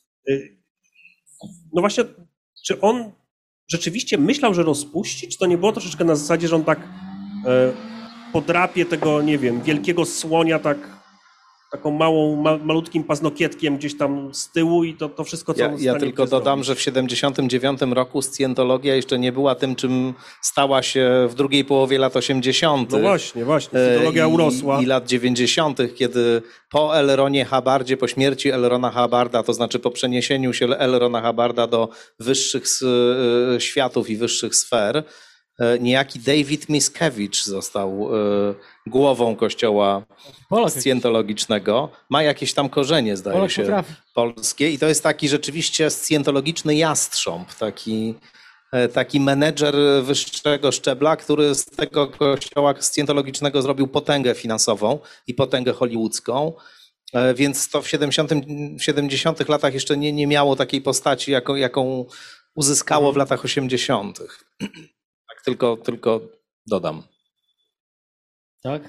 no właśnie, czy on rzeczywiście myślał, że rozpuści, czy to nie było troszeczkę na zasadzie, że on tak podrapie tego, nie wiem, wielkiego słonia tak taką małą, ma, malutkim paznokietkiem gdzieś tam z tyłu i to, to wszystko, co Ja, on ja tylko dodam, zrobić. że w siedemdziesiątym dziewiątym roku scjentologia jeszcze nie była tym, czym stała się w drugiej połowie lat osiemdziesiątych. No właśnie, właśnie. Scjentologia I, urosła. I lat dziewięćdziesiątych, kiedy po Elronie Hubbardzie, po śmierci Elrona Hubbarda, to znaczy po przeniesieniu się Elrona Hubbarda do wyższych światów i wyższych sfer, niejaki David Miscavige został głową kościoła Polak. scjentologicznego. Ma jakieś tam korzenie, zdaje Polak się, potrafi. polskie. I to jest taki rzeczywiście scjentologiczny jastrząb, taki, taki menedżer wyższego szczebla, który z tego kościoła scjentologicznego zrobił potęgę finansową i potęgę hollywoodzką. Więc to w siedemdziesiątych latach jeszcze nie, nie miało takiej postaci, jaką, jaką uzyskało w latach osiemdziesiątych. Tak tylko, tylko dodam. Tak?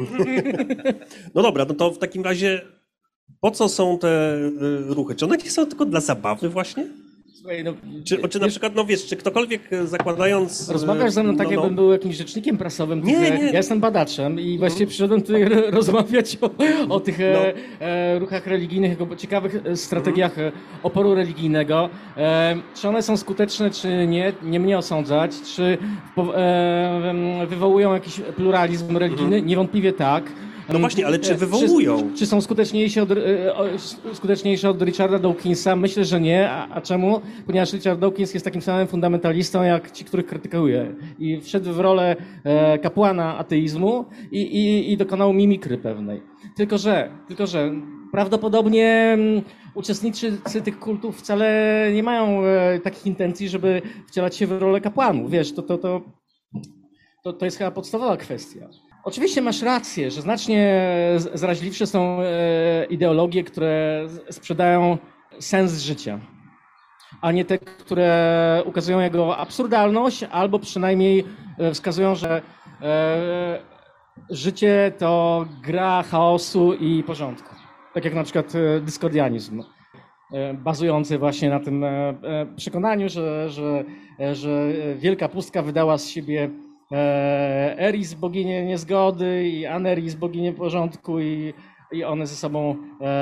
No dobra, no to w takim razie po co są te ruchy? Czy one nie są tylko dla zabawy właśnie? Słuchaj, no, Czy, czy na przykład, no wiesz, czy ktokolwiek zakładając... Rozmawiasz ze mną tak, no, no, jakbym był jakimś rzecznikiem prasowym. Nie, tych, nie. Ja jestem badaczem i właściwie przyszedłem tutaj rozmawiać o, o tych No. e, ruchach religijnych, o ciekawych strategiach oporu religijnego. E, czy one są skuteczne, czy nie? Nie mnie osądzać. Czy po, e, wywołują jakiś pluralizm religijny? Niewątpliwie tak. No właśnie, ale czy wywołują? Czy, czy są skuteczniejsze od, skuteczniejsze od Richarda Dawkinsa? Myślę, że nie. A, a czemu? Ponieważ Richard Dawkins jest takim samym fundamentalistą, jak ci, których krytykuje. I wszedł w rolę e, kapłana ateizmu i, i, i dokonał mimikry pewnej. Tylko że, tylko że prawdopodobnie um, uczestnicy tych kultów wcale nie mają e, takich intencji, żeby wcielać się w rolę kapłanów. Wiesz, to, to, to, to, to jest chyba podstawowa kwestia. Oczywiście masz rację, że znacznie zaraźliwsze są ideologie, które sprzedają sens życia, a nie te, które ukazują jego absurdalność albo przynajmniej wskazują, że życie to gra chaosu i porządku. Tak jak na przykład dyskordianizm. bazujący właśnie na tym przekonaniu, że, że, że Wielka Pustka wydała z siebie Eris, boginię niezgody, i Aneris, boginię porządku, i, i one ze sobą,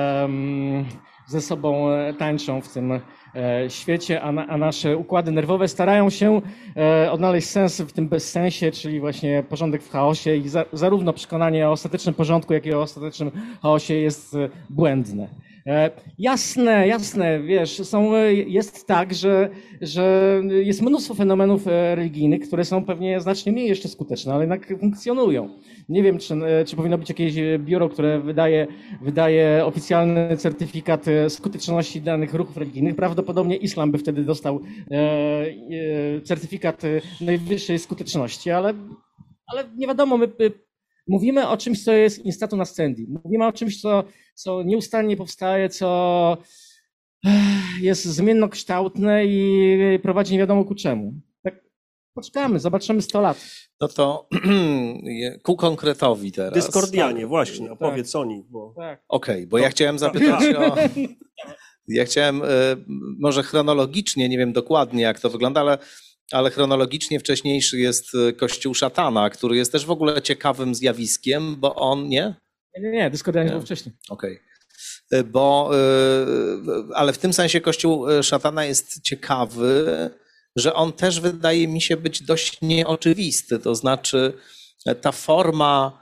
ze sobą tańczą w tym świecie, a, na, a nasze układy nerwowe starają się odnaleźć sens w tym bezsensie, czyli właśnie porządek w chaosie, i za, zarówno przekonanie o ostatecznym porządku, jak i o ostatecznym chaosie jest błędne. Jasne, jasne, wiesz, są, jest tak, że, że jest mnóstwo fenomenów religijnych, które są pewnie znacznie mniej jeszcze skuteczne, ale jednak funkcjonują. Nie wiem, czy, czy powinno być jakieś biuro, które wydaje, wydaje oficjalny certyfikat skuteczności danych ruchów religijnych. Prawdopodobnie islam by wtedy dostał e, e, certyfikat najwyższej skuteczności, ale, ale nie wiadomo, my mówimy o czymś, co jest instatu nascendi. Mówimy o czymś, co, co nieustannie powstaje, co jest zmiennokształtne i prowadzi nie wiadomo ku czemu. Tak, poczekamy, zobaczymy sto lat. No to ku konkretowi teraz. Dyskordianie, właśnie, opowiedz tak o nich. Bo... Tak. Okej, okay, bo ja chciałem zapytać o... Ja chciałem może chronologicznie, nie wiem dokładnie jak to wygląda, ale ale chronologicznie wcześniejszy jest Kościół Szatana, który jest też w ogóle ciekawym zjawiskiem, bo on, nie? Nie, nie, nie, Dyskordianie był wcześniej. Okej. Okay. Bo, ale w tym sensie Kościół Szatana jest ciekawy, że on też wydaje mi się być dość nieoczywisty, to znaczy ta forma,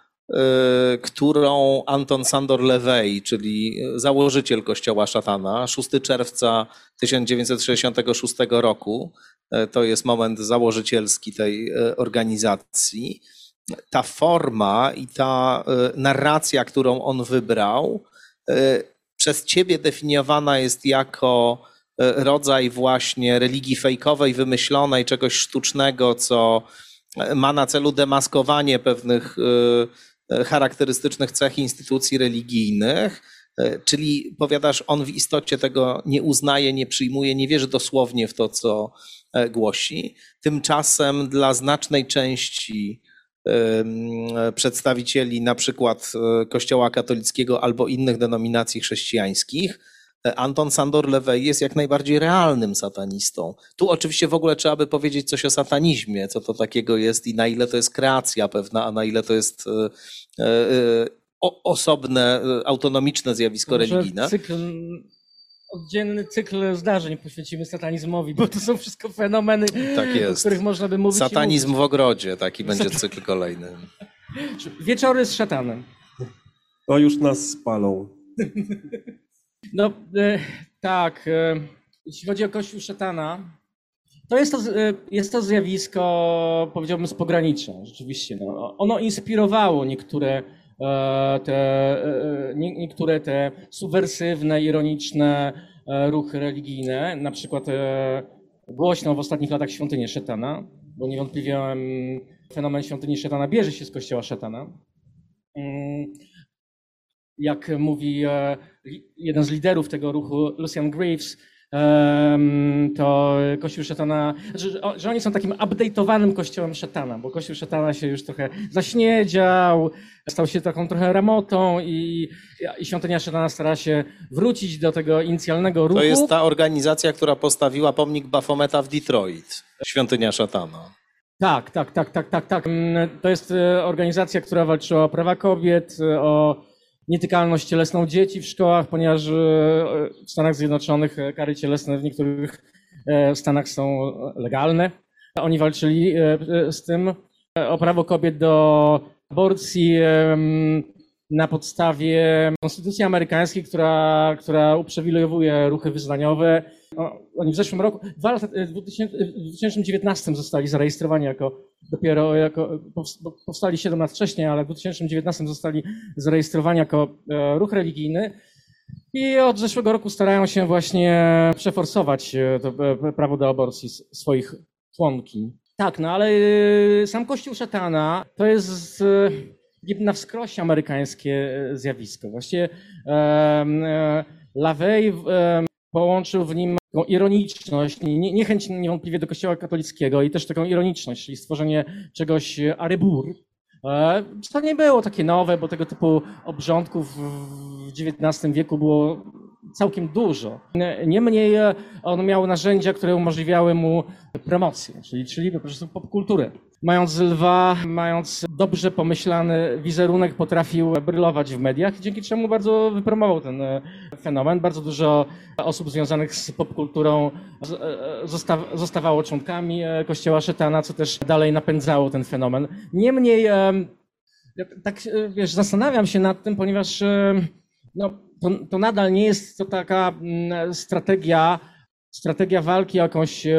którą Anton Szandor-Levey, czyli założyciel Kościoła Szatana, szóstego czerwca tysiąc dziewięćset sześćdziesiątego szóstego roku, to jest moment założycielski tej organizacji. Ta forma i ta narracja, którą on wybrał, przez ciebie definiowana jest jako rodzaj właśnie religii fejkowej, wymyślonej, czegoś sztucznego, co ma na celu demaskowanie pewnych charakterystycznych cech instytucji religijnych, czyli powiadasz, on w istocie tego nie uznaje, nie przyjmuje, nie wierzy dosłownie w to, co głosi. Tymczasem dla znacznej części przedstawicieli na przykład Kościoła katolickiego albo innych denominacji chrześcijańskich, Anton Szandor-Levey jest jak najbardziej realnym satanistą. Tu oczywiście w ogóle trzeba by powiedzieć coś o satanizmie, co to takiego jest i na ile to jest kreacja pewna, a na ile to jest e, e, osobne, autonomiczne zjawisko Może religijne. Cykl, oddzielny cykl zdarzeń poświęcimy satanizmowi, bo to są wszystko fenomeny, tak jest. o których można by mówić. Satanizm w ogrodzie, taki będzie cykl kolejny. Wieczory z szatanem. To już nas spalą. No e, tak, e, jeśli chodzi o Kościół Szatana, to jest to, e, jest to zjawisko, powiedziałbym, z pogranicza, rzeczywiście. No. Ono inspirowało niektóre e, te, e, nie, niektóre te subwersywne, ironiczne e, ruchy religijne, na przykład e, głośno w ostatnich latach Świątynię Szatana, bo niewątpliwie um, fenomen Świątyni Szatana bierze się z Kościoła Szatana. Um, Jak mówi jeden z liderów tego ruchu, Lucian Greaves, to Kościół Szatana, że, że oni są takim update'owanym Kościołem Szatana, bo Kościół Szatana się już trochę zaśniedział, stał się taką trochę ramotą i, i Świątynia Szatana stara się wrócić do tego inicjalnego ruchu. To jest ta organizacja, która postawiła pomnik Bafometa w Detroit, Świątynia Szatana. Tak, tak, tak, tak, tak, tak. To jest organizacja, która walczyła o prawa kobiet, o nietykalność cielesną dzieci w szkołach, ponieważ w Stanach Zjednoczonych kary cielesne w niektórych stanach są legalne. Oni walczyli z tym o prawo kobiet do aborcji na podstawie konstytucji amerykańskiej, która, która uprzywilejowuje ruchy wyznaniowe. Oni w zeszłym roku, dwa lata, w dwa tysiące dziewiętnastym zostali zarejestrowani jako, dopiero jako, powstali siedem lat wcześniej, ale w dwa tysiące dziewiętnastym zostali zarejestrowani jako ruch religijny i od zeszłego roku starają się właśnie przeforsować to prawo do aborcji swoich członkiń. Tak, no ale sam Kościół Szatana to jest na wskroś amerykańskie zjawisko. Właściwie um, Lavey um, połączył w nim taką ironiczność, nie, niechęć niewątpliwie do Kościoła katolickiego i też taką ironiczność, czyli stworzenie czegoś arebur. To nie było takie nowe, bo tego typu obrządków w dziewiętnastym wieku było całkiem dużo. Niemniej on miał narzędzia, które umożliwiały mu promocję, czyli, czyli po prostu popkulturę. Mając lwa, mając dobrze pomyślany wizerunek, potrafił brylować w mediach, dzięki czemu bardzo wypromował ten fenomen. Bardzo dużo osób związanych z popkulturą zostawało członkami Kościoła Szatana, co też dalej napędzało ten fenomen. Niemniej, tak wiesz, zastanawiam się nad tym, ponieważ no, to, to nadal nie jest to taka strategia, strategia walki o jakąś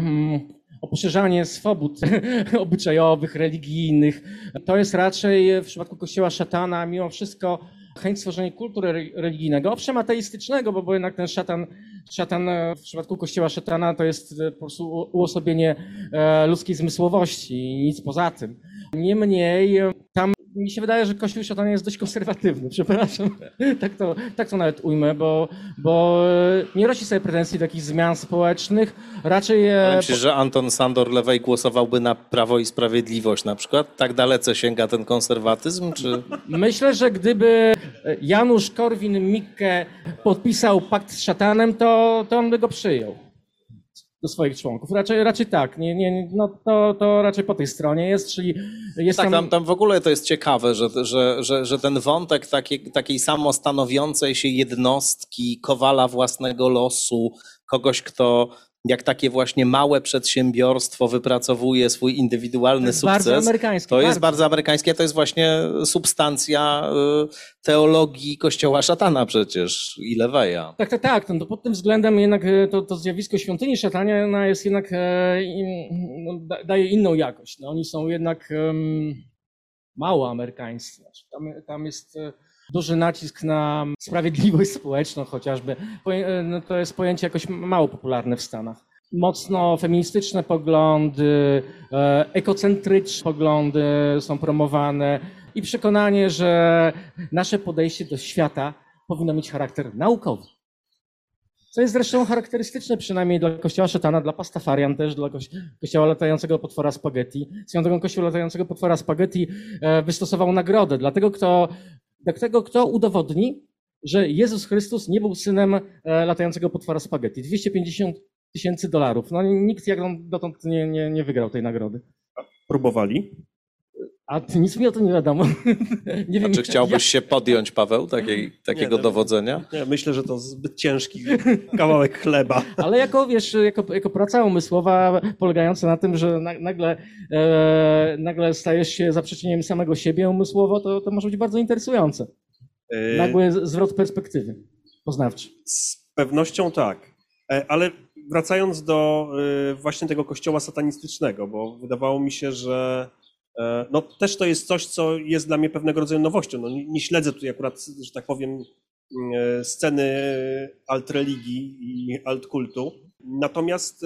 o poszerzanie swobód obyczajowych, religijnych. To jest raczej w przypadku Kościoła Szatana mimo wszystko chęć stworzenia kultu religijnego, owszem ateistycznego, bo, bo jednak ten szatan, szatan w przypadku Kościoła Szatana to jest po prostu uosobienie ludzkiej zmysłowości i nic poza tym. Niemniej tam mi się wydaje, że Kościół Szatana jest dość konserwatywny, przepraszam, tak to, tak to nawet ujmę, bo, bo nie rości sobie pretensji do jakichś zmian społecznych, raczej... Myślisz, że Anton Sandor-Lewej głosowałby na Prawo i Sprawiedliwość na przykład? Tak dalece sięga ten konserwatyzm, czy... Myślę, że gdyby Janusz Korwin-Mikke podpisał pakt z szatanem, to, to on by go przyjął do swoich członków. Raczej, raczej tak. Nie, nie, no to, to raczej po tej stronie jest, czyli jest tak, tam... tam, tam w ogóle to jest ciekawe, że, że, że, że ten wątek takiej, takiej samostanowiącej się jednostki, kowala własnego losu, kogoś, kto jak takie właśnie małe przedsiębiorstwo wypracowuje swój indywidualny to jest sukces. Bardzo amerykańskie, to bardzo. jest bardzo amerykańskie, to jest właśnie substancja teologii Kościoła Szatana przecież i Leweja. Tak, tak, tak. No, pod tym względem jednak to, to zjawisko świątyni szatana jest jednak, e, no, daje inną jakość. No, oni są jednak um, mało amerykańscy. Tam, tam jest duży nacisk na sprawiedliwość społeczną chociażby. No, to jest pojęcie jakoś mało popularne w Stanach. Mocno feministyczne poglądy, ekocentryczne poglądy są promowane i przekonanie, że nasze podejście do świata powinno mieć charakter naukowy. Co jest zresztą charakterystyczne przynajmniej dla Kościoła Szatana, dla Pastafarian też, dla Kościoła latającego potwora spaghetti. Swoją drogą Kościół latającego potwora spaghetti wystosował nagrodę dla tego, kto, dla tego, kto udowodni, że Jezus Chrystus nie był synem latającego potwora spaghetti. dwieście pięćdziesiąt tysięcy dolarów. No nikt jak dotąd nie, nie, nie wygrał tej nagrody. Próbowali? A nic mi o tym nie wiadomo. Nie wiem, A czy chciałbyś ja... się podjąć, Paweł, takiej, takiego nie, dowodzenia? Nie, myślę, że to zbyt ciężki kawałek chleba. Ale jako, wiesz, jako, jako praca umysłowa polegająca na tym, że nagle, e, nagle stajesz się zaprzeczeniem samego siebie umysłowo, to, to może być bardzo interesujące. Nagły zwrot perspektywy poznawczy. Z pewnością tak. Ale wracając do właśnie tego kościoła satanistycznego, bo wydawało mi się, że no też to jest coś, co jest dla mnie pewnego rodzaju nowością. No, nie, nie śledzę tutaj akurat, że tak powiem, sceny alt-religii i alt-kultu. Natomiast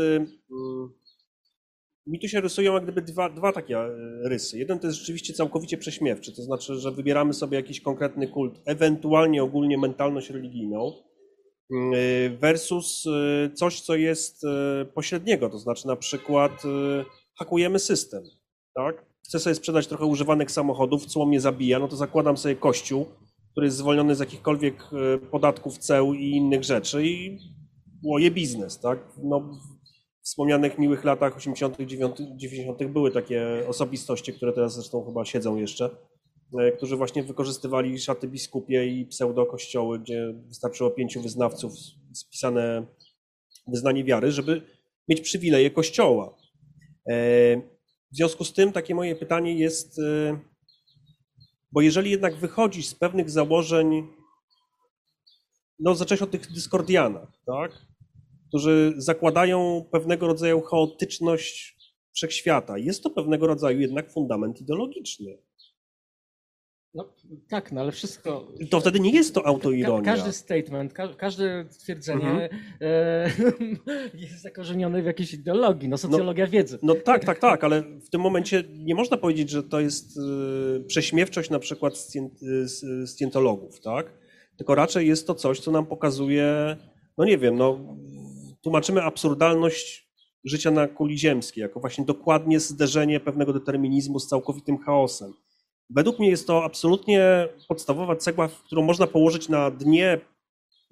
mi tu się rysują jak gdyby dwa, dwa takie rysy. Jeden to jest rzeczywiście całkowicie prześmiewczy, to znaczy, że wybieramy sobie jakiś konkretny kult, ewentualnie ogólnie mentalność religijną, versus coś, co jest pośredniego, to znaczy na przykład hakujemy system, tak? Chcę sobie sprzedać trochę używanych samochodów, cło mnie zabija, no to zakładam sobie kościół, który jest zwolniony z jakichkolwiek podatków, ceł i innych rzeczy i łoje biznes, tak? No, w wspomnianych miłych latach osiemdziesiątych, dziewięćdziesiątych były takie osobistości, które teraz zresztą chyba siedzą jeszcze, którzy właśnie wykorzystywali szaty biskupie i pseudo-kościoły, gdzie wystarczyło pięciu wyznawców spisane wyznanie wiary, żeby mieć przywileje kościoła. W związku z tym takie moje pytanie jest, bo jeżeli jednak wychodzisz z pewnych założeń, no zacząłeś od tych dyskordianach, tak, którzy zakładają pewnego rodzaju chaotyczność wszechświata, jest to pewnego rodzaju jednak fundament ideologiczny. No tak, no ale wszystko... To wtedy nie jest to autoironia. Ka każdy statement, ka każde stwierdzenie mhm. e, jest zakorzenione w jakiejś ideologii, no socjologia no, wiedzy. No tak, tak, tak, ale w tym momencie nie można powiedzieć, że to jest y, prześmiewczość na przykład scjentologów, tak? Tylko raczej jest to coś, co nam pokazuje, no nie wiem, no tłumaczymy absurdalność życia na kuli ziemskiej, jako właśnie dokładnie zderzenie pewnego determinizmu z całkowitym chaosem. Według mnie jest to absolutnie podstawowa cegła, którą można położyć na dnie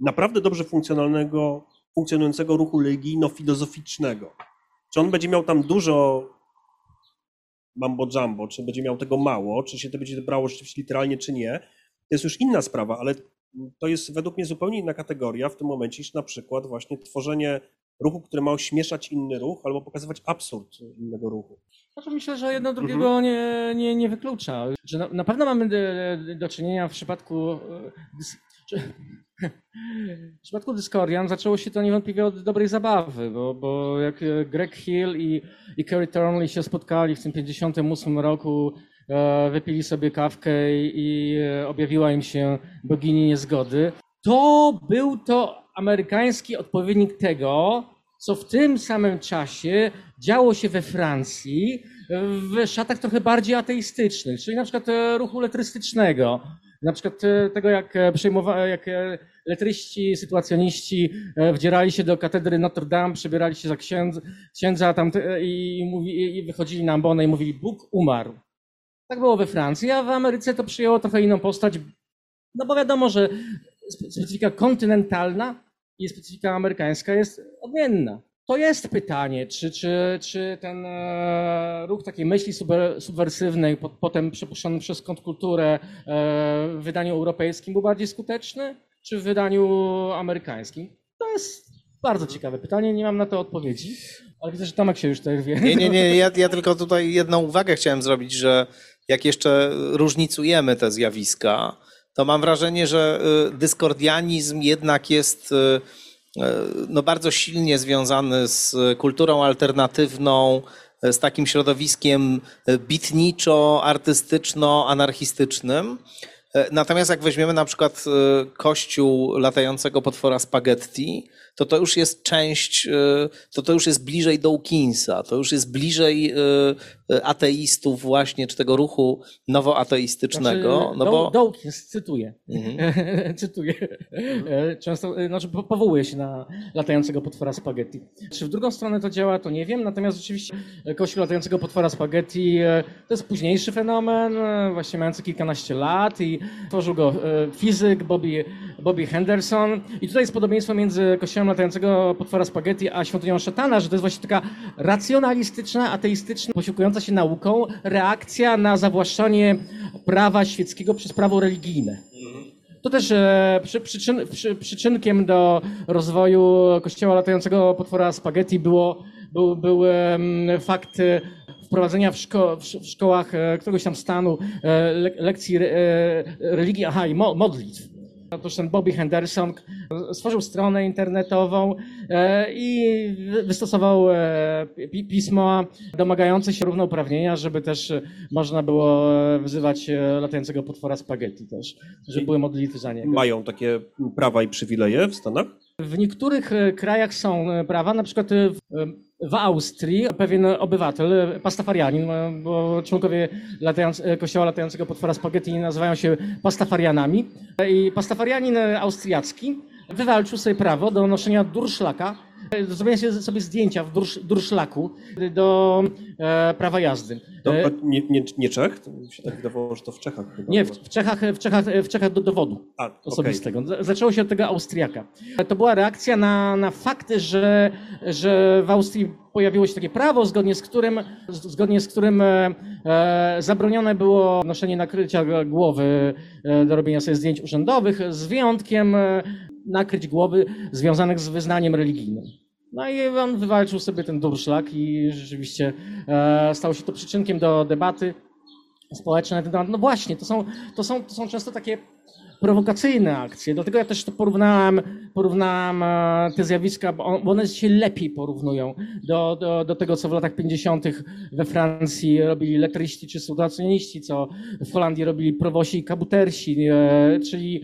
naprawdę dobrze funkcjonalnego, funkcjonującego ruchu religijno-filozoficznego. Czy on będzie miał tam dużo mambo jumbo, czy będzie miał tego mało, czy się to będzie brało rzeczywiście literalnie, czy nie, to jest już inna sprawa, ale to jest według mnie zupełnie inna kategoria w tym momencie niż na przykład właśnie tworzenie ruchu, który ma ośmieszać inny ruch albo pokazywać absurd innego ruchu. Znaczy myślę, że jedno drugiego mhm. nie, nie, nie wyklucza. Że na, na pewno mamy do, do czynienia w przypadku czy, w przypadku Discordian zaczęło się to niewątpliwie od dobrej zabawy, bo, bo jak Greg Hill i, i Kerry Thornley się spotkali w tym pięćdziesiątym ósmym roku, wypili sobie kawkę i, i objawiła im się bogini niezgody, to był to amerykański odpowiednik tego, co w tym samym czasie działo się we Francji w szatach trochę bardziej ateistycznych, czyli na przykład ruchu letrystycznego, na przykład tego, jak przejmowali, jak letryści, sytuacjoniści wdzierali się do katedry Notre Dame, przebierali się za księdza, księdza tam i, mówi, i wychodzili na ambonę i mówili: Bóg umarł. Tak było we Francji, a w Ameryce to przyjęło trochę inną postać, no bo wiadomo, że specyfika kontynentalna i specyfika amerykańska jest odmienna. To jest pytanie, czy, czy, czy ten e, ruch takiej myśli super, subwersywnej, po, potem przepuszczony przez kontrkulturę e, w wydaniu europejskim był bardziej skuteczny, czy w wydaniu amerykańskim? To jest bardzo ciekawe pytanie, nie mam na to odpowiedzi, ale widzę, że Tomek się już tutaj wie. Nie, nie, nie, ja, ja tylko tutaj jedną uwagę chciałem zrobić, że jak jeszcze różnicujemy te zjawiska, to mam wrażenie, że dyskordianizm jednak jest no, bardzo silnie związany z kulturą alternatywną, z takim środowiskiem bitniczo-artystyczno-anarchistycznym. Natomiast jak weźmiemy na przykład kościół latającego potwora spaghetti, to to już jest część, to to już jest bliżej Dawkinsa, to już jest bliżej ateistów właśnie, czy tego ruchu nowoateistycznego. Znaczy, no bo... Dawkins, cytuję, mhm. cytuję, często znaczy powołuje się na latającego potwora spaghetti. Czy w drugą stronę to działa, to nie wiem, natomiast rzeczywiście kościół latającego potwora spaghetti to jest późniejszy fenomen, właśnie mający kilkanaście lat i tworzył go fizyk Bobby, Bobby Henderson i tutaj jest podobieństwo między kościołem latającego potwora spaghetti a świątynią szatana, że to jest właśnie taka racjonalistyczna, ateistyczna, posiłkująca się nauką reakcja na zawłaszczanie prawa świeckiego przez prawo religijne. To też e, przy, przyczyn, przy, przyczynkiem do rozwoju kościoła latającego potwora spaghetti było, był, był e, fakt wprowadzenia w, szko, w, w szkołach e, któregoś tam stanu e, le, lekcji e, religii, aha, i mo, modlitw. Otóż ten Bobby Henderson stworzył stronę internetową i wystosował pismo domagające się równouprawnienia, żeby też można było wzywać latającego potwora spaghetti też, żeby były modlitwy za niego. Mają takie prawa i przywileje w Stanach? W niektórych krajach są prawa, na przykład w, w Austrii pewien obywatel, pastafarianin, bo członkowie latając, kościoła latającego potwora spaghetti nazywają się pastafarianami, i pastafarianin austriacki wywalczył sobie prawo do noszenia durszlaka, do zrobienia sobie zdjęcia w dursz, durszlaku do e, prawa jazdy. To, nie, nie, nie Czech? To mi się tak wydawało, że to w Czechach chyba. Nie, w, w Czechach, w Czechach, w Czechach do dowodu A, osobistego. Okay. Zaczęło się od tego Austriaka. To była reakcja na, na fakt, że, że w Austrii pojawiło się takie prawo, zgodnie z którym, zgodnie z którym e, zabronione było noszenie nakrycia głowy e, do robienia sobie zdjęć urzędowych, z wyjątkiem e, nakryć głowy związanych z wyznaniem religijnym. No i on wywalczył sobie ten durszlak i rzeczywiście e, stało się to przyczynkiem do debaty społecznej na ten temat. No właśnie, to są, to są, to są często takie prowokacyjne akcje, dlatego ja też to porównałem, porównałem te zjawiska, bo one się lepiej porównują do, do, do tego, co w latach pięćdziesiątych we Francji robili letryści czy sytuacjoniści, co w Holandii robili prowosi i kabutersi, czyli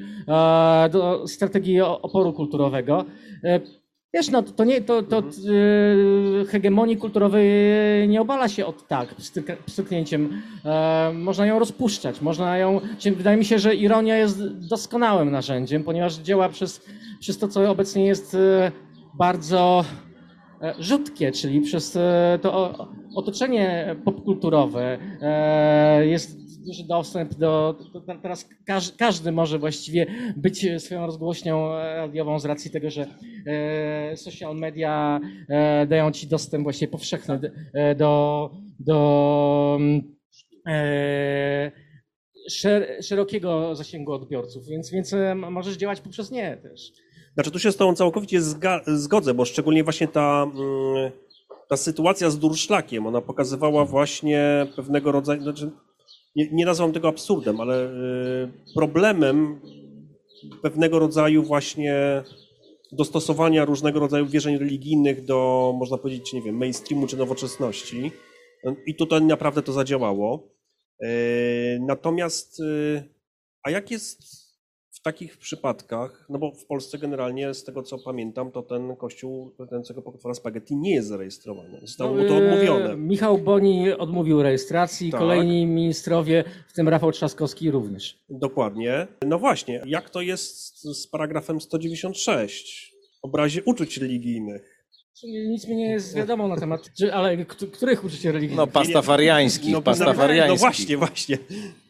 do strategii oporu kulturowego. Wiesz, no to nie, to, to yy, hegemonii kulturowej nie obala się od tak, pstryknięciem. E, można ją rozpuszczać, można ją, wydaje mi się, że ironia jest doskonałym narzędziem, ponieważ działa przez, przez to, co obecnie jest e, bardzo e, rzutkie, czyli przez e, to o, otoczenie popkulturowe e, jest duży dostęp do, do, do teraz każdy, każdy może właściwie być swoją rozgłośnią radiową z racji tego, że e, social media e, dają ci dostęp właściwie powszechny do, do e, szer, szerokiego zasięgu odbiorców, więc, więc możesz działać poprzez nie też. Znaczy tu się z tobą całkowicie zgodzę, bo szczególnie właśnie ta, ta sytuacja z durszlakiem, ona pokazywała właśnie pewnego rodzaju, znaczy nie, nie nazywam tego absurdem, ale problemem pewnego rodzaju właśnie dostosowania różnego rodzaju wierzeń religijnych do, można powiedzieć, nie wiem, mainstreamu czy nowoczesności. I tutaj naprawdę to zadziałało. Natomiast, a jak jest w takich przypadkach, no bo w Polsce generalnie, z tego co pamiętam, to ten kościół Kręcego Potwora Spaghetti nie jest zarejestrowany. Zostało mu to odmówione. Michał Boni odmówił rejestracji, tak. Kolejni ministrowie, w tym Rafał Trzaskowski również. Dokładnie. No właśnie, jak to jest z paragrafem sto dziewięćdziesiąt sześć? Obrazie uczuć religijnych. Nic mi nie jest wiadomo na temat, ale których uczuć religijnych? No pastafariańskich, no, pastafariańskich. No właśnie, właśnie.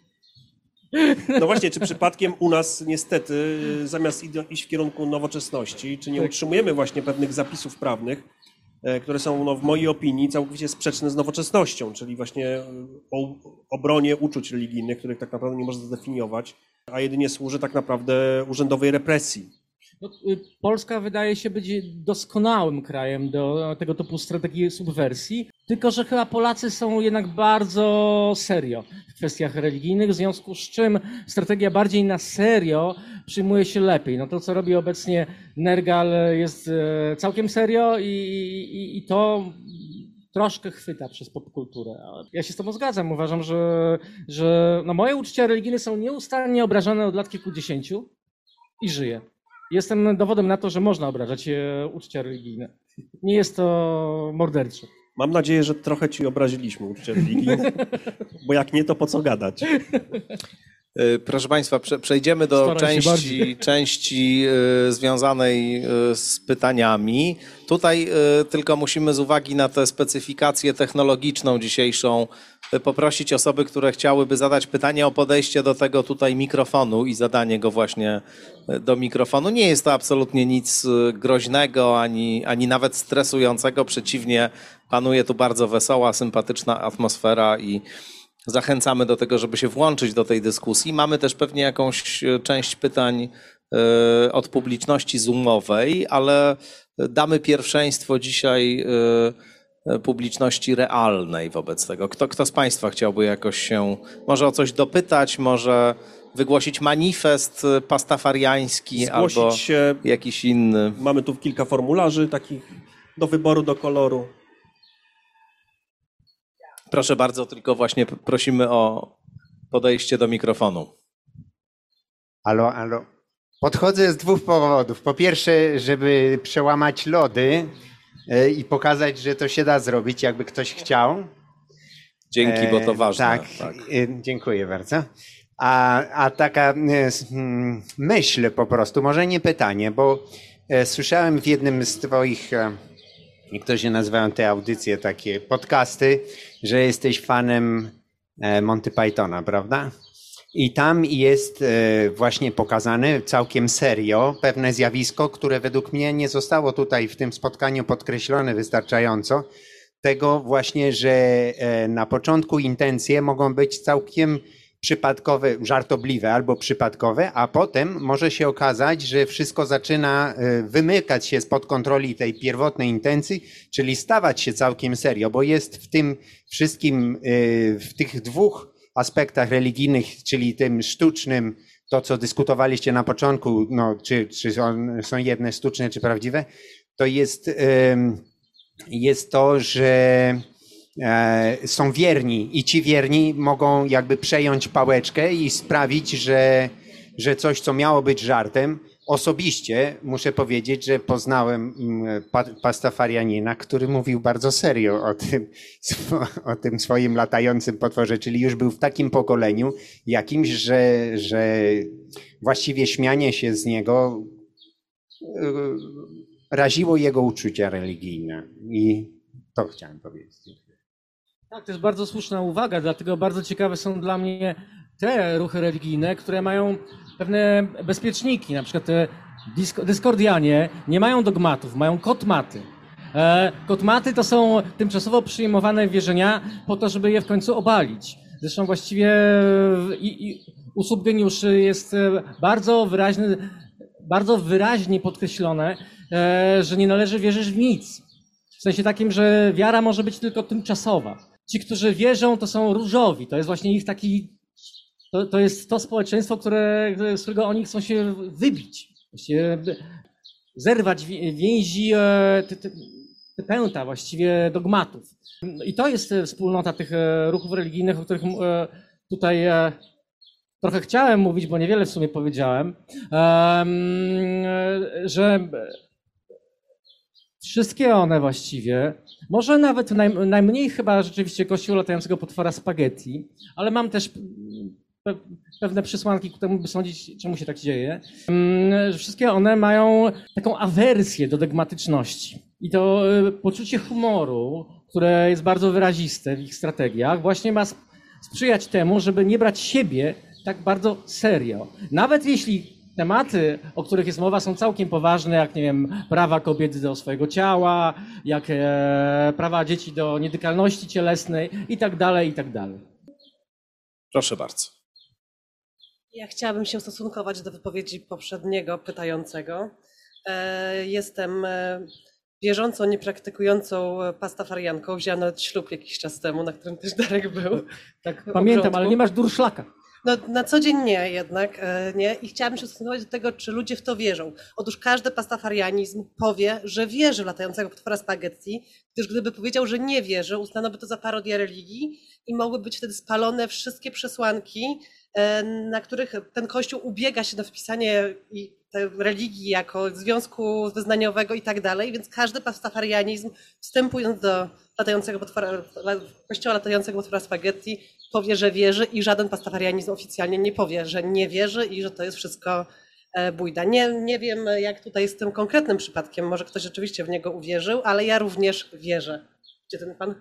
No właśnie, czy przypadkiem u nas niestety zamiast iść w kierunku nowoczesności, czy nie utrzymujemy właśnie pewnych zapisów prawnych, które są no, w mojej opinii całkowicie sprzeczne z nowoczesnością, czyli właśnie o obronie uczuć religijnych, których tak naprawdę nie można zdefiniować, a jedynie służy tak naprawdę urzędowej represji. No, Polska wydaje się być doskonałym krajem do tego typu strategii subwersji, tylko że chyba Polacy są jednak bardzo serio w kwestiach religijnych, w związku z czym strategia bardziej na serio przyjmuje się lepiej. No to, co robi obecnie Nergal, jest całkiem serio i, i, i to troszkę chwyta przez popkulturę. Ja się z tobą zgadzam. Uważam, że, że no moje uczucia religijne są nieustannie obrażane od lat kilkudziesięciu i żyję. Jestem dowodem na to, że można obrażać uczucia religijne. Nie jest to mordercze. Mam nadzieję, że trochę ci obraziliśmy uczucia religijne, bo jak nie, to po co gadać? Proszę Państwa, przejdziemy do części, części związanej z pytaniami. Tutaj tylko musimy z uwagi na tę specyfikację technologiczną dzisiejszą poprosić osoby, które chciałyby zadać pytanie o podejście do tego tutaj mikrofonu i zadanie go właśnie do mikrofonu. Nie jest to absolutnie nic groźnego, ani, ani nawet stresującego. Przeciwnie, panuje tu bardzo wesoła, sympatyczna atmosfera i zachęcamy do tego, żeby się włączyć do tej dyskusji. Mamy też pewnie jakąś część pytań od publiczności zoomowej, ale damy pierwszeństwo dzisiaj publiczności realnej wobec tego. Kto, kto z Państwa chciałby jakoś się może o coś dopytać, może wygłosić manifest pastafariański Zgłosić albo się. jakiś inny? Mamy tu kilka formularzy takich do wyboru, do koloru. Proszę bardzo, tylko właśnie prosimy o podejście do mikrofonu. Alo, alo. Podchodzę z dwóch powodów. Po pierwsze, żeby przełamać lody i pokazać, że to się da zrobić, jakby ktoś chciał. Dzięki, bo to ważne. Tak, tak. Dziękuję bardzo. A, a taka myśl po prostu, może nie pytanie, bo słyszałem w jednym z twoich, niektórzy nazywają te audycje takie podcasty, że jesteś fanem Monty Pythona, prawda? I tam jest właśnie pokazane całkiem serio pewne zjawisko, które według mnie nie zostało tutaj w tym spotkaniu podkreślone wystarczająco. Tego właśnie, że na początku intencje mogą być całkiem przypadkowe, żartobliwe albo przypadkowe, a potem może się okazać, że wszystko zaczyna wymykać się spod kontroli tej pierwotnej intencji, czyli stawać się całkiem serio, bo jest w tym wszystkim, w tych dwóch aspektach religijnych, czyli tym sztucznym, to co dyskutowaliście na początku, no, czy, czy są, są jedne sztuczne, czy prawdziwe, to jest, jest to, że są wierni i ci wierni mogą jakby przejąć pałeczkę i sprawić, że, że coś, co miało być żartem, osobiście muszę powiedzieć, że poznałem pastafarianina, który mówił bardzo serio o tym, o tym swoim latającym potworze, czyli już był w takim pokoleniu jakimś, że, że właściwie śmianie się z niego raziło jego uczucia religijne. I to chciałem powiedzieć. Tak, to jest bardzo słuszna uwaga, dlatego bardzo ciekawe są dla mnie te ruchy religijne, które mają pewne bezpieczniki, na przykład te dyskordianie nie mają dogmatów, mają kotmaty. E, kotmaty to są tymczasowo przyjmowane wierzenia po to, żeby je w końcu obalić. Zresztą właściwie i, i u subgeniuszy jest bardzo wyraźny, bardzo wyraźnie podkreślone, e, że nie należy wierzyć w nic. W sensie takim, że wiara może być tylko tymczasowa. Ci, którzy wierzą, to są różowi. To jest właśnie ich taki, to, to jest to społeczeństwo, które, z którego oni chcą się wybić. Właściwie zerwać więzi, te, te, te pęta właściwie dogmatów. I to jest wspólnota tych ruchów religijnych, o których tutaj trochę chciałem mówić, bo niewiele w sumie powiedziałem, że wszystkie one właściwie, może nawet naj, najmniej chyba rzeczywiście Kościół latającego potwora spaghetti, ale mam też pe, pewne przesłanki ku temu, by sądzić, czemu się tak dzieje. Wszystkie one mają taką awersję do dogmatyczności. I to poczucie humoru, które jest bardzo wyraziste w ich strategiach, właśnie ma sprzyjać temu, żeby nie brać siebie tak bardzo serio. Nawet jeśli tematy, o których jest mowa, są całkiem poważne, jak, nie wiem, prawa kobiety do swojego ciała, jak e, prawa dzieci do nietykalności cielesnej i tak dalej, i tak dalej. Proszę bardzo. Ja chciałabym się ustosunkować do wypowiedzi poprzedniego pytającego. E, jestem wierzącą, niepraktykującą pastafarianką. Wzięłam nawet ślub jakiś czas temu, na którym też Darek był. Tak, pamiętam, ale nie masz durszlaka. No, na co dzień nie jednak, nie. I chciałabym się ustosunkować do tego, czy ludzie w to wierzą. Otóż każdy pastafarianizm powie, że wierzy w latającego potwora spaghetti, gdyż gdyby powiedział, że nie wierzy, uznano by to za parodię religii i mogły być wtedy spalone wszystkie przesłanki, na których ten Kościół ubiega się na wpisanie tej religii jako związku wyznaniowego i tak dalej, więc każdy pastafarianizm, wstępując do latającego potwora, kościoła latającego potwora spaghetti, powie, że wierzy i żaden pastafarianizm oficjalnie nie powie, że nie wierzy i że to jest wszystko bujda. Nie, nie wiem, jak tutaj z tym konkretnym przypadkiem, może ktoś rzeczywiście w niego uwierzył, ale ja również wierzę. Gdzie ten pan?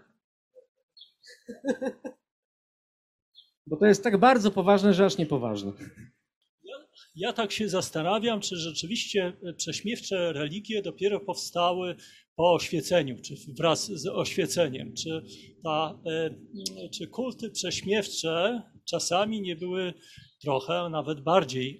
Bo to jest tak bardzo poważne, że aż niepoważne. Ja, ja tak się zastanawiam, czy rzeczywiście prześmiewcze religie dopiero powstały po oświeceniu, czy wraz z oświeceniem, czy, ta, czy kulty prześmiewcze czasami nie były trochę nawet bardziej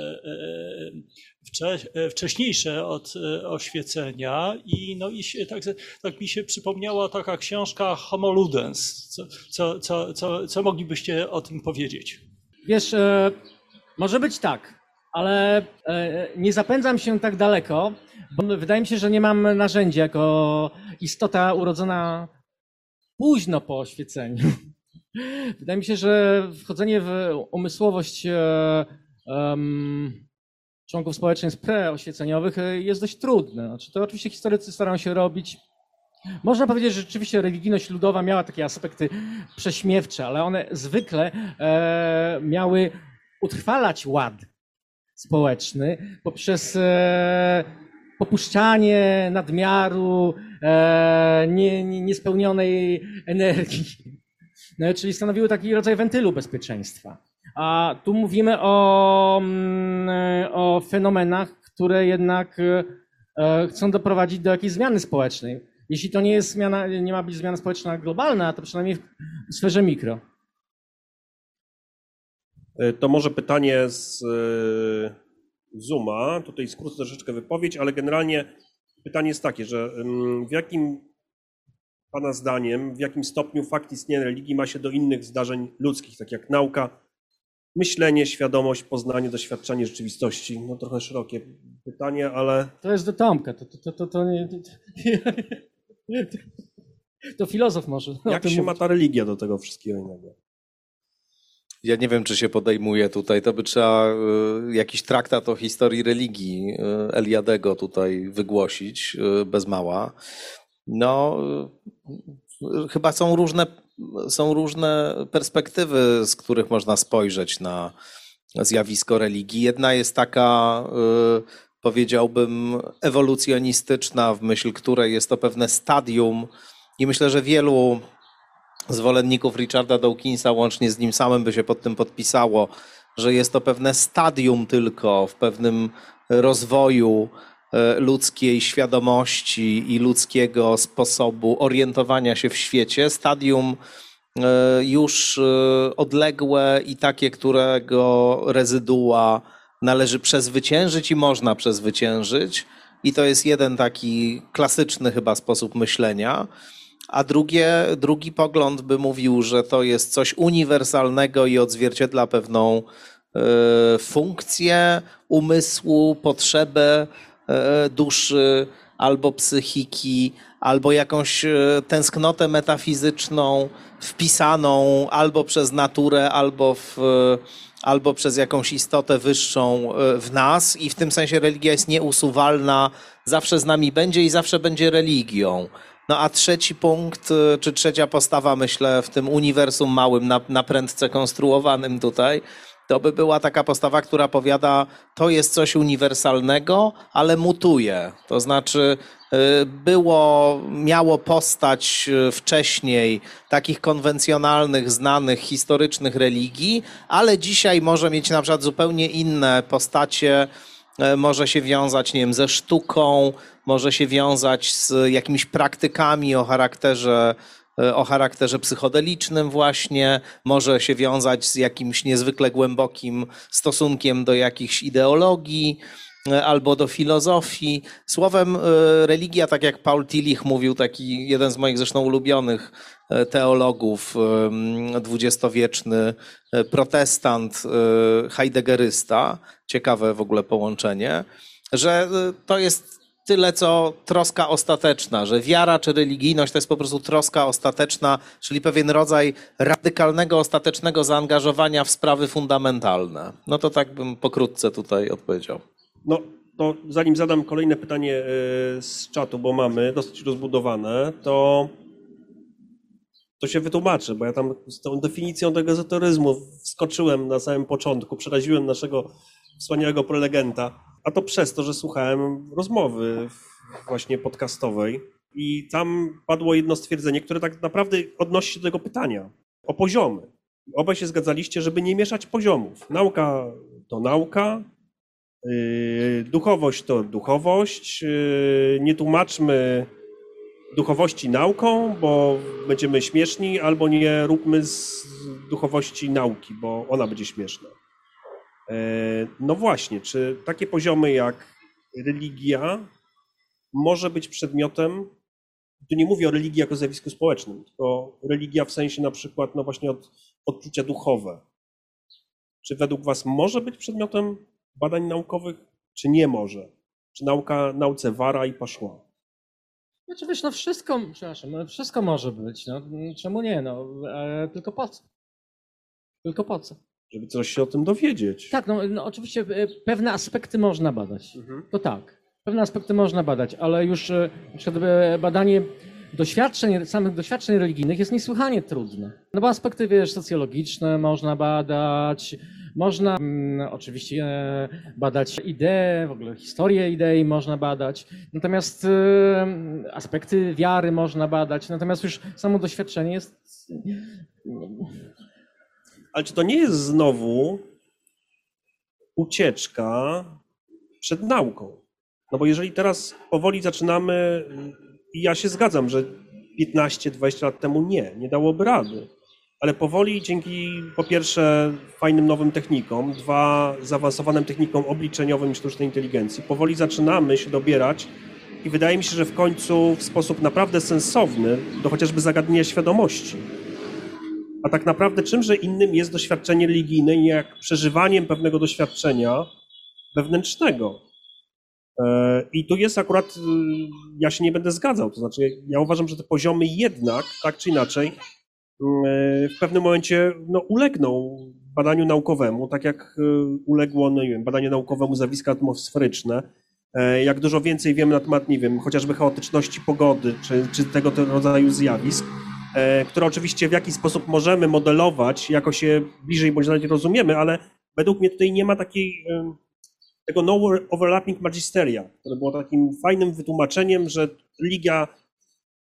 wcze, wcześniejsze od oświecenia i, no i się, tak, tak mi się przypomniała taka książka Homo Ludens. Co, co, co, co, co moglibyście o tym powiedzieć? Wiesz, e, może być tak, ale e, nie zapędzam się tak daleko, bo wydaje mi się, że nie mam narzędzia jako istota urodzona późno po oświeceniu. Wydaje mi się, że wchodzenie w umysłowość e, um, członków społeczeństw preoświeceniowych jest dość trudne. Znaczy, to oczywiście historycy starają się robić. Można powiedzieć, że rzeczywiście religijność ludowa miała takie aspekty prześmiewcze, ale one zwykle e, miały utrwalać ład społeczny poprzez e, popuszczanie nadmiaru, e, nie, nie, niespełnionej energii. No, czyli stanowiły taki rodzaj wentylu bezpieczeństwa. A tu mówimy o, o fenomenach, które jednak chcą doprowadzić do jakiejś zmiany społecznej. Jeśli to nie jest zmiana, nie ma być zmiana społeczna globalna, to przynajmniej w sferze mikro. To może pytanie z Zooma. Tutaj skrócę troszeczkę wypowiedź, ale generalnie pytanie jest takie, że w jakim Pana zdaniem, w jakim stopniu fakt istnienia religii ma się do innych zdarzeń ludzkich, tak jak nauka, myślenie, świadomość, poznanie, doświadczanie rzeczywistości? No trochę szerokie pytanie, ale... To jest do Tomka, to, to, to, to, to, nie, to, to filozof może. Jak się mówić. Ma ta religia do tego wszystkiego innego? Ja nie wiem, czy się podejmuje tutaj, to by trzeba jakiś traktat o historii religii Eliadego tutaj wygłosić, bez mała. No, chyba są różne, są różne perspektywy, z których można spojrzeć na zjawisko religii. Jedna jest taka, powiedziałbym, ewolucjonistyczna, w myśl której jest to pewne stadium i myślę, że wielu zwolenników Richarda Dawkinsa, łącznie z nim samym, by się pod tym podpisało, że jest to pewne stadium tylko w pewnym rozwoju ludzkiej świadomości i ludzkiego sposobu orientowania się w świecie. Stadium już odległe i takie, którego rezydua należy przezwyciężyć i można przezwyciężyć. I to jest jeden taki klasyczny chyba sposób myślenia. A drugie, drugi pogląd by mówił, że to jest coś uniwersalnego i odzwierciedla pewną y, funkcję umysłu, potrzebę y, duszy albo psychiki, albo jakąś tęsknotę metafizyczną wpisaną albo przez naturę, albo, w, albo przez jakąś istotę wyższą w nas i w tym sensie religia jest nieusuwalna, zawsze z nami będzie i zawsze będzie religią. No a trzeci punkt, czy trzecia postawa, myślę, w tym uniwersum małym, na, na prędce konstruowanym tutaj, to by była taka postawa, która powiada, to jest coś uniwersalnego, ale mutuje. To znaczy było, miało postać wcześniej takich konwencjonalnych, znanych, historycznych religii, ale dzisiaj może mieć na przykład zupełnie inne postacie, może się wiązać, nie wiem, ze sztuką, może się wiązać z jakimiś praktykami o charakterze o charakterze psychodelicznym właśnie, może się wiązać z jakimś niezwykle głębokim stosunkiem do jakichś ideologii albo do filozofii. Słowem religia, tak jak Paul Tillich mówił, taki jeden z moich zresztą ulubionych teologów, dwudziestowieczny protestant, heideggerysta, ciekawe w ogóle połączenie, że to jest tyle, co troska ostateczna, że wiara czy religijność to jest po prostu troska ostateczna, czyli pewien rodzaj radykalnego, ostatecznego zaangażowania w sprawy fundamentalne. No to tak bym pokrótce tutaj odpowiedział. No, to zanim zadam kolejne pytanie z czatu, bo mamy dosyć rozbudowane, to, to się wytłumaczę, bo ja tam z tą definicją tego ezoteryzmu wskoczyłem na samym początku, przeraziłem naszego wspaniałego prelegenta. A to przez to, że słuchałem rozmowy właśnie podcastowej i tam padło jedno stwierdzenie, które tak naprawdę odnosi się do tego pytania o poziomy. Obaj się zgadzaliście, żeby nie mieszać poziomów. Nauka to nauka, yy, duchowość to duchowość. Yy, nie tłumaczmy duchowości nauką, bo będziemy śmieszni, albo nie róbmy z duchowości nauki, bo ona będzie śmieszna. No właśnie, czy takie poziomy jak religia może być przedmiotem, tu nie mówię o religii jako zjawisku społecznym, tylko religia w sensie na przykład no właśnie od odczucia duchowe. Czy według was może być przedmiotem badań naukowych, czy nie może? Czy nauka nauce wara i paszła? Znaczy wiesz, no wszystko, przepraszam, no wszystko może być, no czemu nie, no e, tylko po co? Tylko po co? Żeby coś się o tym dowiedzieć. Tak, no, no oczywiście pewne aspekty można badać. Mhm. To tak, pewne aspekty można badać, ale już na przykład badanie doświadczeń, samych doświadczeń religijnych jest niesłychanie trudne. No bo aspekty, wiesz, socjologiczne można badać, można mm, oczywiście badać idee, w ogóle historię idei można badać, natomiast y, aspekty wiary można badać, natomiast już samo doświadczenie jest... Ale czy to nie jest znowu ucieczka przed nauką? No bo jeżeli teraz powoli zaczynamy, i ja się zgadzam, że piętnaście dwadzieścia lat temu nie, nie dałoby rady, ale powoli dzięki po pierwsze fajnym nowym technikom, dwa zaawansowanym technikom obliczeniowym i sztucznej inteligencji, powoli zaczynamy się dobierać i wydaje mi się, że w końcu w sposób naprawdę sensowny do chociażby zagadnienia świadomości. A tak naprawdę czymże innym jest doświadczenie religijne, jak przeżywaniem pewnego doświadczenia wewnętrznego. I tu jest akurat, ja się nie będę zgadzał, to znaczy ja uważam, że te poziomy jednak, tak czy inaczej, w pewnym momencie no, ulegną badaniu naukowemu, tak jak uległo no, nie wiem, badaniu naukowemu zjawiska atmosferyczne. Jak dużo więcej wiemy na temat, nie wiem, chociażby chaotyczności pogody, czy, czy tego rodzaju zjawisk, które oczywiście w jakiś sposób możemy modelować, jako się bliżej bądź dalej rozumiemy, ale według mnie tutaj nie ma takiej, tego no overlapping magisteria, które było takim fajnym wytłumaczeniem, że religia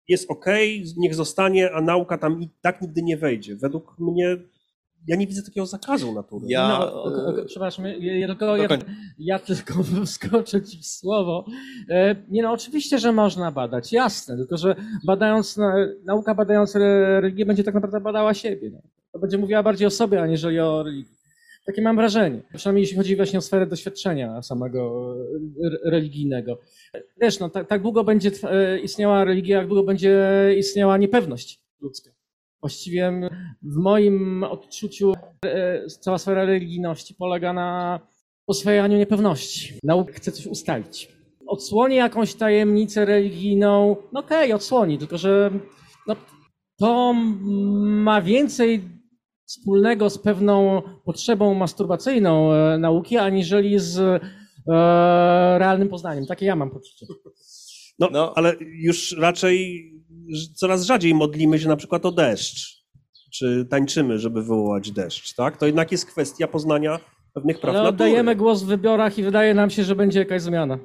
jest okej, niech zostanie, a nauka tam i tak nigdy nie wejdzie. Według mnie, ja nie widzę takiego zakazu natury. Ja- No, o, o, o, przepraszam, ja, ja, tylko, ja, ja tylko wskoczę ci w słowo. E, nie no, oczywiście, że można badać, jasne, tylko że badając, nauka badając religię będzie tak naprawdę badała siebie. No. To będzie mówiła bardziej o sobie, aniżeli o religii. Takie mam wrażenie. Przynajmniej jeśli chodzi właśnie o sferę doświadczenia samego religijnego. Wiesz, no tak, tak długo będzie istniała religia, jak długo będzie istniała niepewność ludzka. Właściwie w moim odczuciu cała sfera religijności polega na oswajaniu niepewności. Nauka chce coś ustalić. Odsłoni jakąś tajemnicę religijną, no okej, okay, odsłoni, tylko że no, to ma więcej wspólnego z pewną potrzebą masturbacyjną nauki, aniżeli z e, realnym poznaniem. Takie ja mam poczucie. No, no, ale już raczej coraz rzadziej modlimy się na przykład o deszcz, czy tańczymy, żeby wywołać deszcz, tak? To jednak jest kwestia poznania pewnych praw ale natury. oddajemy głos w wyborach i wydaje nam się, że będzie jakaś zmiana.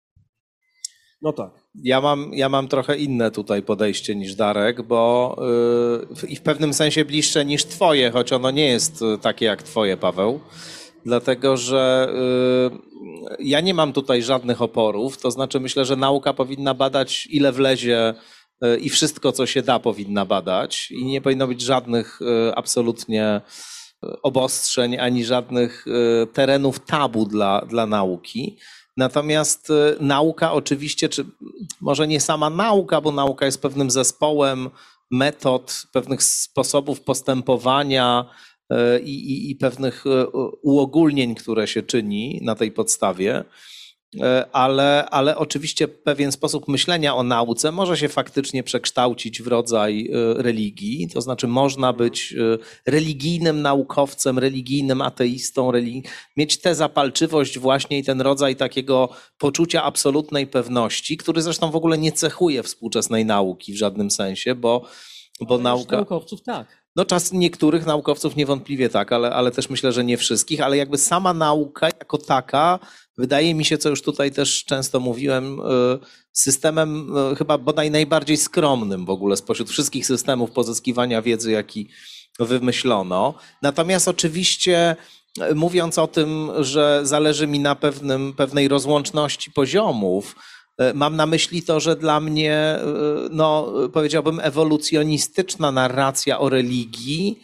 No tak. Ja mam, ja mam trochę inne tutaj podejście niż Darek, bo yy, i w pewnym sensie bliższe niż twoje, choć ono nie jest takie jak twoje, Paweł. Dlatego, że yy, ja nie mam tutaj żadnych oporów, to znaczy myślę, że nauka powinna badać ile wlezie yy, i wszystko, co się da, powinna badać i nie powinno być żadnych yy, absolutnie obostrzeń, ani żadnych yy, terenów tabu dla, dla nauki. Natomiast nauka oczywiście, czy może nie sama nauka, bo nauka jest pewnym zespołem metod, pewnych sposobów postępowania i, i, i pewnych uogólnień, które się czyni na tej podstawie, ale, ale oczywiście pewien sposób myślenia o nauce może się faktycznie przekształcić w rodzaj religii, to znaczy można być religijnym naukowcem, religijnym ateistą, religi- mieć tę zapalczywość właśnie i ten rodzaj takiego poczucia absolutnej pewności, który zresztą w ogóle nie cechuje współczesnej nauki w żadnym sensie, bo, bo nauka... Naukowców tak. No czas niektórych naukowców niewątpliwie tak, ale, ale też myślę, że nie wszystkich, ale jakby sama nauka jako taka wydaje mi się, co już tutaj też często mówiłem, systemem chyba bodaj najbardziej skromnym w ogóle spośród wszystkich systemów pozyskiwania wiedzy, jaki wymyślono. Natomiast oczywiście mówiąc o tym, że zależy mi na pewnym, pewnej rozłączności poziomów, mam na myśli to, że dla mnie, no, powiedziałbym, ewolucjonistyczna narracja o religii,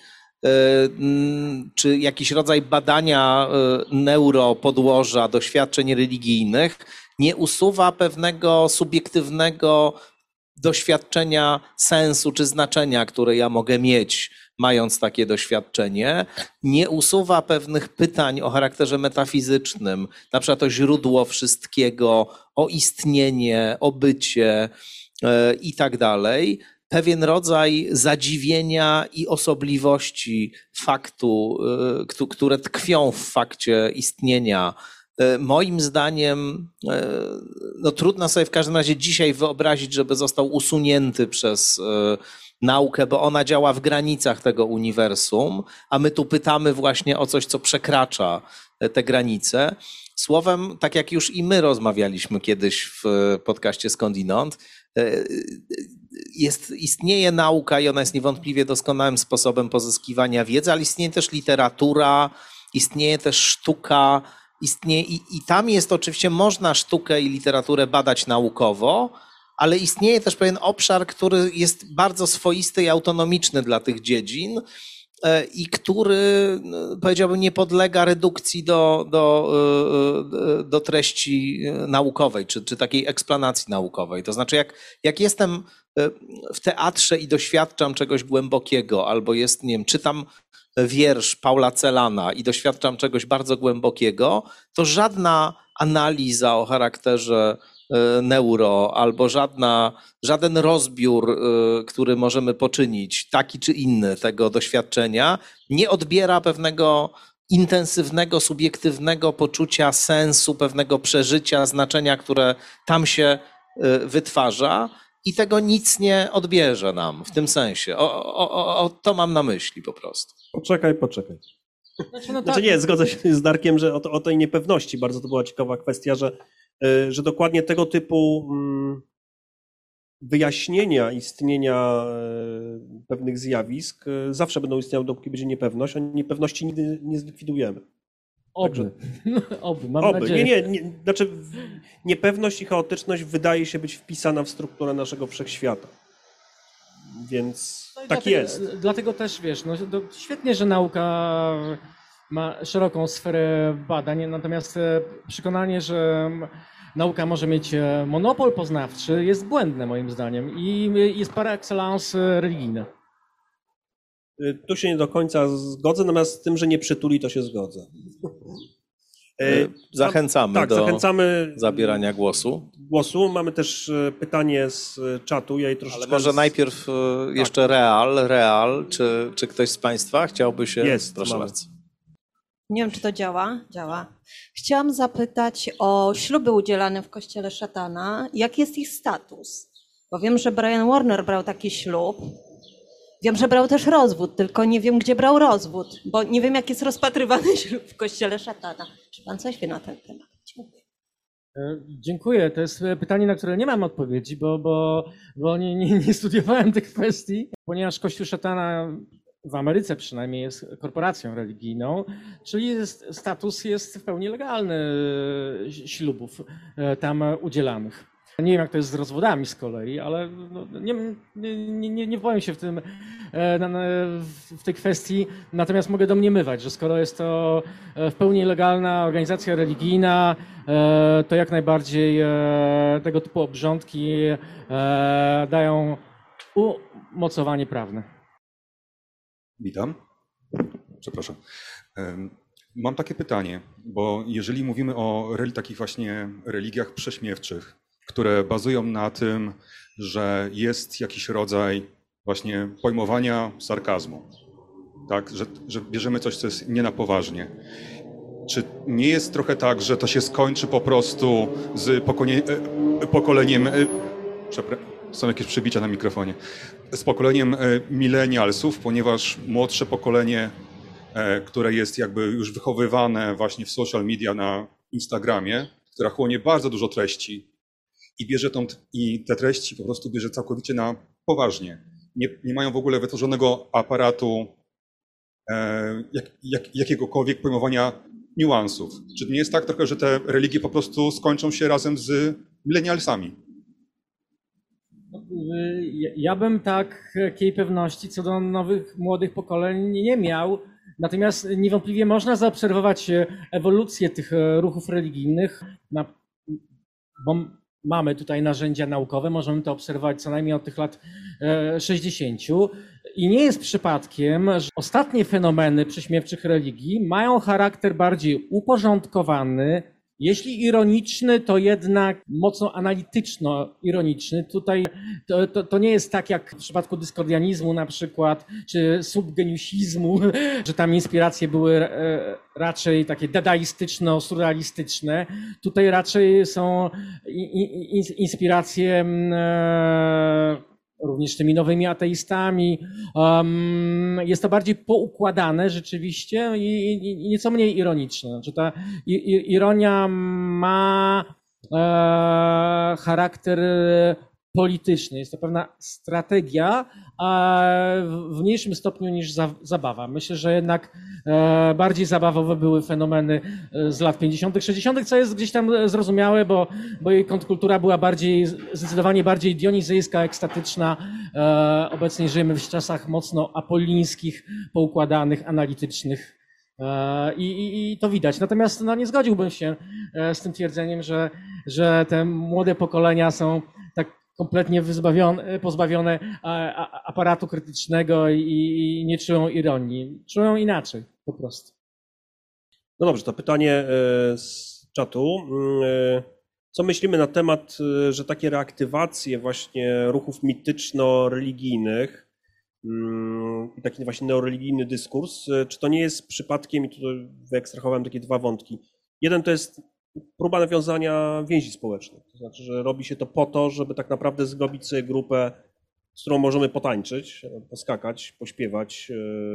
czy jakiś rodzaj badania neuropodłoża doświadczeń religijnych nie usuwa pewnego subiektywnego doświadczenia sensu czy znaczenia, które ja mogę mieć, mając takie doświadczenie, nie usuwa pewnych pytań o charakterze metafizycznym, na przykład o źródło wszystkiego, o istnienie, o bycie i tak dalej. Pewien rodzaj zadziwienia i osobliwości faktu, które tkwią w fakcie istnienia. Moim zdaniem, no trudno sobie w każdym razie dzisiaj wyobrazić, żeby został usunięty przez naukę, bo ona działa w granicach tego uniwersum, a my tu pytamy właśnie o coś, co przekracza te granice. Słowem, tak jak już i my rozmawialiśmy kiedyś w podcaście Skądinąd, jest, istnieje nauka i ona jest niewątpliwie doskonałym sposobem pozyskiwania wiedzy, ale istnieje też literatura, istnieje też sztuka, istnieje i, i tam jest oczywiście, można sztukę i literaturę badać naukowo, ale istnieje też pewien obszar, który jest bardzo swoisty i autonomiczny dla tych dziedzin i który, powiedziałbym, nie podlega redukcji do, do, do treści naukowej, czy, czy takiej eksplanacji naukowej. To znaczy, jak, jak jestem w teatrze i doświadczam czegoś głębokiego, albo jest, nie wiem, czytam wiersz Paula Celana i doświadczam czegoś bardzo głębokiego, to żadna analiza o charakterze neuro albo żadna, żaden rozbiór, który możemy poczynić, taki czy inny tego doświadczenia, nie odbiera pewnego intensywnego, subiektywnego poczucia sensu, pewnego przeżycia, znaczenia, które tam się wytwarza i tego nic nie odbierze nam w tym sensie. O, o, o, o to mam na myśli po prostu. Poczekaj, poczekaj. Znaczy, no Znaczy tak. nie, zgodzę się z Darkiem, że o, to, o tej niepewności bardzo to była ciekawa kwestia, że, że dokładnie tego typu wyjaśnienia istnienia pewnych zjawisk zawsze będą istniały, dopóki będzie niepewność, a niepewności nigdy nie zlikwidujemy. Oby, Także, oby, mam oby. nadzieję. Nie, nie, nie, znaczy niepewność i chaotyczność wydaje się być wpisana w strukturę naszego wszechświata. Więc No i tak dlatego, jest. Dlatego też, wiesz, no, to świetnie, że nauka ma szeroką sferę badań, natomiast e, przekonanie, że nauka może mieć e, monopol poznawczy, jest błędne moim zdaniem i jest par excellence e, religijne. Tu się nie do końca zgodzę, natomiast z tym, że nie przytuli, to się zgodzę. Zachęcamy tak, do zachęcamy zabierania głosu. głosu. Mamy też pytanie z czatu. Ja jej troszeczkę... Ale może najpierw jeszcze tak. Real, Real. Czy, czy ktoś z Państwa chciałby się... Jest, proszę mamy. bardzo. Nie wiem, czy to działa. Działa. Chciałam zapytać o śluby udzielane w kościele szatana. Jaki jest ich status? Bo wiem, że Brian Warner brał taki ślub. Wiem, że brał też rozwód, tylko nie wiem, gdzie brał rozwód, bo nie wiem, jak jest rozpatrywany ślub w kościele szatana. Czy pan coś wie na ten temat? Dziękuję. Dziękuję. To jest pytanie, na które nie mam odpowiedzi, bo, bo, bo nie, nie, nie studiowałem tych kwestii, ponieważ Kościół szatana w Ameryce przynajmniej jest korporacją religijną, czyli jest, status jest w pełni legalny ślubów tam udzielanych. Nie wiem, jak to jest z rozwodami z kolei, ale no, nie, nie, nie, nie powiem się w, tym, w tej kwestii, natomiast mogę domniemywać, że skoro jest to w pełni legalna organizacja religijna, to jak najbardziej tego typu obrządki dają umocowanie prawne. Witam. Przepraszam. Mam takie pytanie, bo jeżeli mówimy o takich właśnie religiach prześmiewczych, które bazują na tym, że jest jakiś rodzaj właśnie pojmowania sarkazmu, tak, że, że bierzemy coś, co jest nie na poważnie. Czy nie jest trochę tak, że to się skończy po prostu z pokoleniem, pokoleniem są jakieś przebicia na mikrofonie, z pokoleniem millennialsów, ponieważ młodsze pokolenie, które jest jakby już wychowywane właśnie w social media na Instagramie, która chłonie bardzo dużo treści, i bierze tą, i te treści po prostu bierze całkowicie na poważnie. Nie, nie mają w ogóle wytworzonego aparatu e, jak, jak, jakiegokolwiek pojmowania niuansów. Czy nie jest tak trochę, że te religie po prostu skończą się razem z millennialsami? Ja bym takiej pewności co do nowych, młodych pokoleń nie miał. Natomiast niewątpliwie można zaobserwować ewolucję tych ruchów religijnych, na, bo mamy tutaj narzędzia naukowe, możemy to obserwować co najmniej od tych lat sześćdziesięciu i nie jest przypadkiem, że ostatnie fenomeny prześmiewczych religii mają charakter bardziej uporządkowany, jeśli ironiczny, to jednak mocno analityczno-ironiczny. Tutaj to, to, to nie jest tak jak w przypadku dyskordianizmu na przykład, czy subgeniusizmu, że tam inspiracje były raczej takie dadaistyczno-surrealistyczne. Tutaj raczej są inspiracje również tymi nowymi ateistami. Um, jest to bardziej poukładane rzeczywiście i, i, i nieco mniej ironiczne. Znaczy ta i, i, ironia ma e, charakter polityczny. Jest to pewna strategia, a w mniejszym stopniu niż za, zabawa. Myślę, że jednak e, bardziej zabawowe były fenomeny z lat pięćdziesiątych, sześćdziesiątych, co jest gdzieś tam zrozumiałe, bo, bo jej kontrkultura była bardziej, zdecydowanie bardziej dionizyjska, ekstatyczna. E, obecnie żyjemy w czasach mocno apolińskich, poukładanych, analitycznych. I, i, I to widać. Natomiast no, nie zgodziłbym się z tym twierdzeniem, że, że te młode pokolenia są tak kompletnie pozbawione aparatu krytycznego i, i nie czują ironii. Czują inaczej po prostu. No dobrze, to pytanie z czatu. Co myślimy na temat, że takie reaktywacje właśnie ruchów mityczno-religijnych i taki właśnie neoreligijny dyskurs, czy to nie jest przypadkiem, i tutaj wyekstrahowałem takie dwa wątki. Jeden to jest próba nawiązania więzi społecznych, to znaczy, że robi się to po to, żeby tak naprawdę zgrobić sobie grupę, z którą możemy potańczyć, poskakać, pośpiewać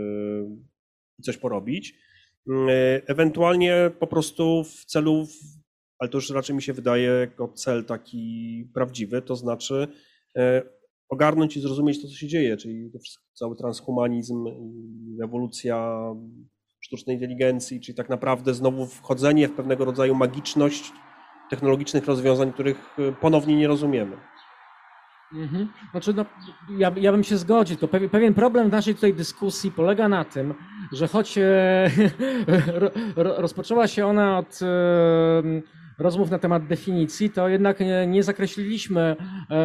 i coś porobić. Ewentualnie po prostu w celu, ale to już raczej mi się wydaje jako cel taki prawdziwy, to znaczy ogarnąć i zrozumieć to, co się dzieje, czyli to wszystko, cały transhumanizm, ewolucja sztucznej inteligencji, czyli tak naprawdę znowu wchodzenie w pewnego rodzaju magiczność technologicznych rozwiązań, których ponownie nie rozumiemy. Mhm. Znaczy, no, ja, ja bym się zgodził, tylko pewien, pewien problem w naszej tutaj dyskusji polega na tym, że choć e, ro, ro, rozpoczęła się ona od e, rozmów na temat definicji, to jednak nie, nie zakreśliliśmy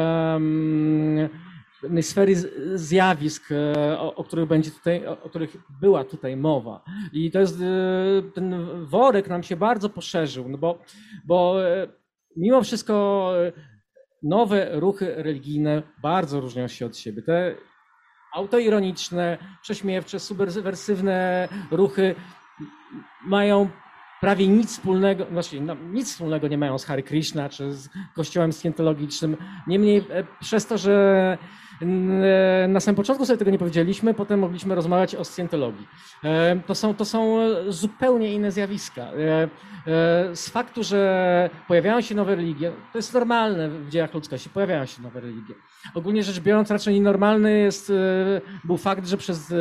e, sfery zjawisk, e, o, o których będzie tutaj, o, o których była tutaj mowa. I to jest, e, ten worek nam się bardzo poszerzył, no bo, bo e, mimo wszystko e, nowe ruchy religijne bardzo różnią się od siebie. Te autoironiczne, prześmiewcze, subwersywne ruchy mają prawie nic wspólnego, właściwie no, nic wspólnego nie mają z Hare Krishna czy z kościołem scjentologicznym. Niemniej przez to, że na samym początku sobie tego nie powiedzieliśmy, potem mogliśmy rozmawiać o scjentologii. To są, to są zupełnie inne zjawiska. Z faktu, że pojawiają się nowe religie, to jest normalne w dziejach ludzkości, pojawiają się nowe religie. Ogólnie rzecz biorąc, raczej nienormalny jest, był fakt, że przez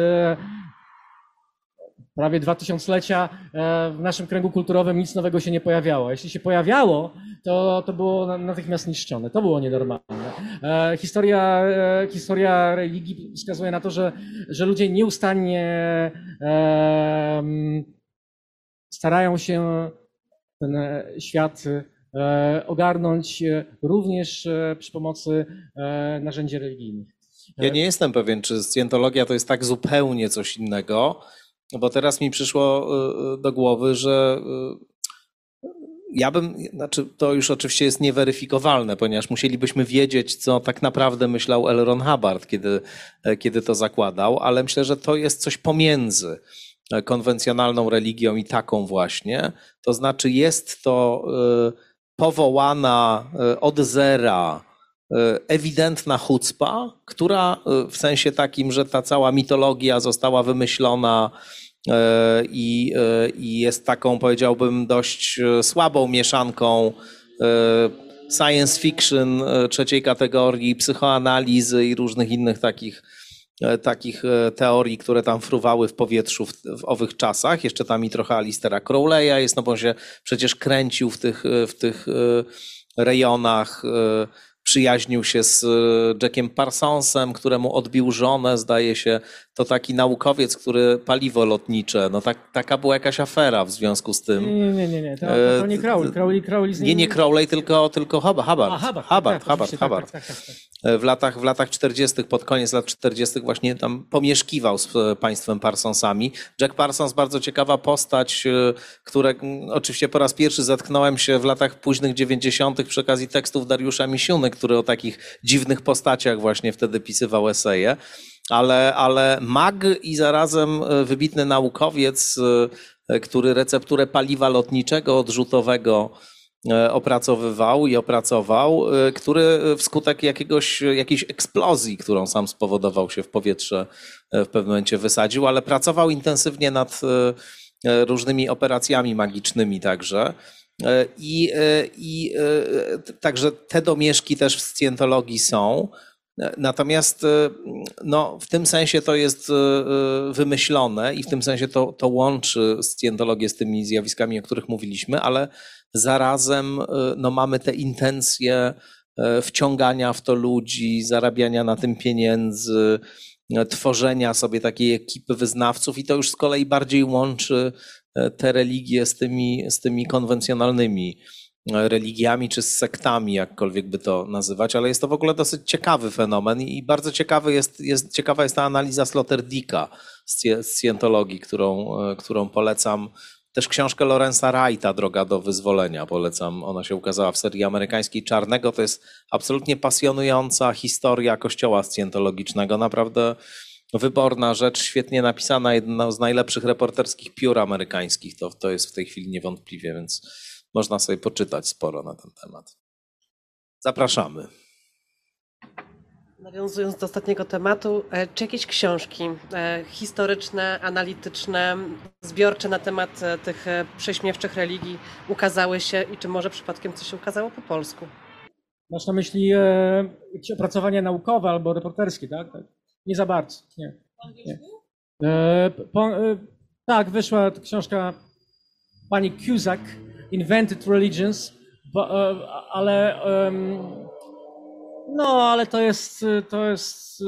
prawie dwa tysiąclecia w naszym kręgu kulturowym nic nowego się nie pojawiało. Jeśli się pojawiało, to, to było natychmiast niszczone. To było nienormalne. Historia, historia religii wskazuje na to, że, że ludzie nieustannie starają się ten świat ogarnąć również przy pomocy narzędzi religijnych. Ja nie jestem pewien, czy scjentologia to jest tak zupełnie coś innego, bo teraz mi przyszło do głowy, że ja bym, znaczy to już oczywiście jest nieweryfikowalne, ponieważ musielibyśmy wiedzieć, co tak naprawdę myślał L. Ron Hubbard, kiedy, kiedy to zakładał, ale myślę, że to jest coś pomiędzy konwencjonalną religią i taką właśnie. To znaczy jest to powołana od zera ewidentna chucpa, która w sensie takim, że ta cała mitologia została wymyślona i, i jest taką, powiedziałbym, dość słabą mieszanką science fiction trzeciej kategorii, psychoanalizy i różnych innych takich, takich teorii, które tam fruwały w powietrzu w, w owych czasach. Jeszcze tam i trochę Alistera Crowley'a jest, no bo on się przecież kręcił w tych, w tych rejonach. Przyjaźnił się z Jackiem Parsonsem, któremu odbił żonę, zdaje się. To taki naukowiec, który paliwo lotnicze, no tak, taka była jakaś afera w związku z tym. Nie, nie, nie, nie. To, to nie Crowley. Crowley, Crowley z nim... Nie, nie Crowley, tylko, tylko Hubbard. A, Hubbard, Hubbard, tak, Hubbard, tak, Hubbard. Tak, tak, tak, tak. W latach, w latach czterdziestych, pod koniec lat czterdziestych właśnie tam pomieszkiwał z państwem Parsonsami. Jack Parsons, bardzo ciekawa postać, które oczywiście po raz pierwszy zetknąłem się w latach późnych dziewięćdziesiątych przy okazji tekstów Dariusza Misiuny, który o takich dziwnych postaciach właśnie wtedy pisywał eseje. Ale, ale mag i zarazem wybitny naukowiec, który recepturę paliwa lotniczego odrzutowego opracowywał i opracował, który wskutek jakiegoś, jakiejś eksplozji, którą sam spowodował, się w powietrze w pewnym momencie wysadził, ale pracował intensywnie nad różnymi operacjami magicznymi także. I, i także te domieszki też w scjentologii są. Natomiast no, w tym sensie to jest wymyślone i w tym sensie to, to łączy scjentologię z tymi zjawiskami, o których mówiliśmy, ale zarazem no, mamy te intencje wciągania w to ludzi, zarabiania na tym pieniędzy, tworzenia sobie takiej ekipy wyznawców i to już z kolei bardziej łączy te religie z tymi, z tymi konwencjonalnymi religiami czy z sektami, jakkolwiek by to nazywać, ale jest to w ogóle dosyć ciekawy fenomen i bardzo ciekawy jest, jest, ciekawa jest ta analiza Sloterdicka z scjentologii, którą, którą polecam. Też książkę Lawrence'a Wrighta, Droga do wyzwolenia, polecam. Ona się ukazała w serii amerykańskiej Czarnego. To jest absolutnie pasjonująca historia kościoła scjentologicznego. Naprawdę wyborna rzecz, świetnie napisana, jedna z najlepszych reporterskich piór amerykańskich. To, to jest w tej chwili niewątpliwie, więc można sobie poczytać sporo na ten temat. Zapraszamy. Nawiązując do ostatniego tematu, czy jakieś książki historyczne, analityczne, zbiorcze na temat tych prześmiewczych religii ukazały się i czy może przypadkiem coś się ukazało po polsku? Masz na myśli e, opracowania naukowe albo reporterskie, tak? tak? Nie za bardzo, nie. nie. E, po, e, tak, wyszła książka pani Cusack, Invented Religions, bo, e, ale e, no, ale to jest, to jest,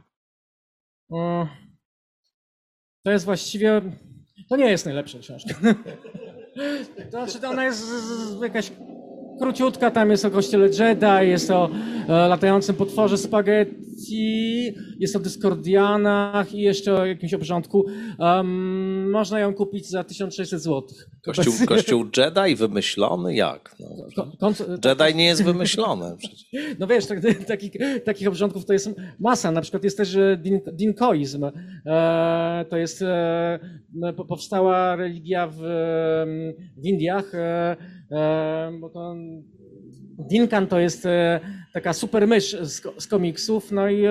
e, to jest właściwie, to nie jest najlepsza książka. To znaczy, ona jest jakaś króciutka, tam jest o kościele Jedi, jest o e, latającym potworze spaghetti, jest o Discordianach i jeszcze o jakimś obrządku. Um, można ją kupić za tysiąc sześćset złotych. Kościół, kościół Jedi wymyślony? Jak? No, Jedi nie jest wymyślony przecież. No wiesz, tak, takich, takich obrządków to jest masa. Na przykład jest też din, dinkoizm. E, to jest, e, powstała religia w, w Indiach. E, e, bo to, Dinkan to jest e, taka super mysz z, z komiksów. No i e,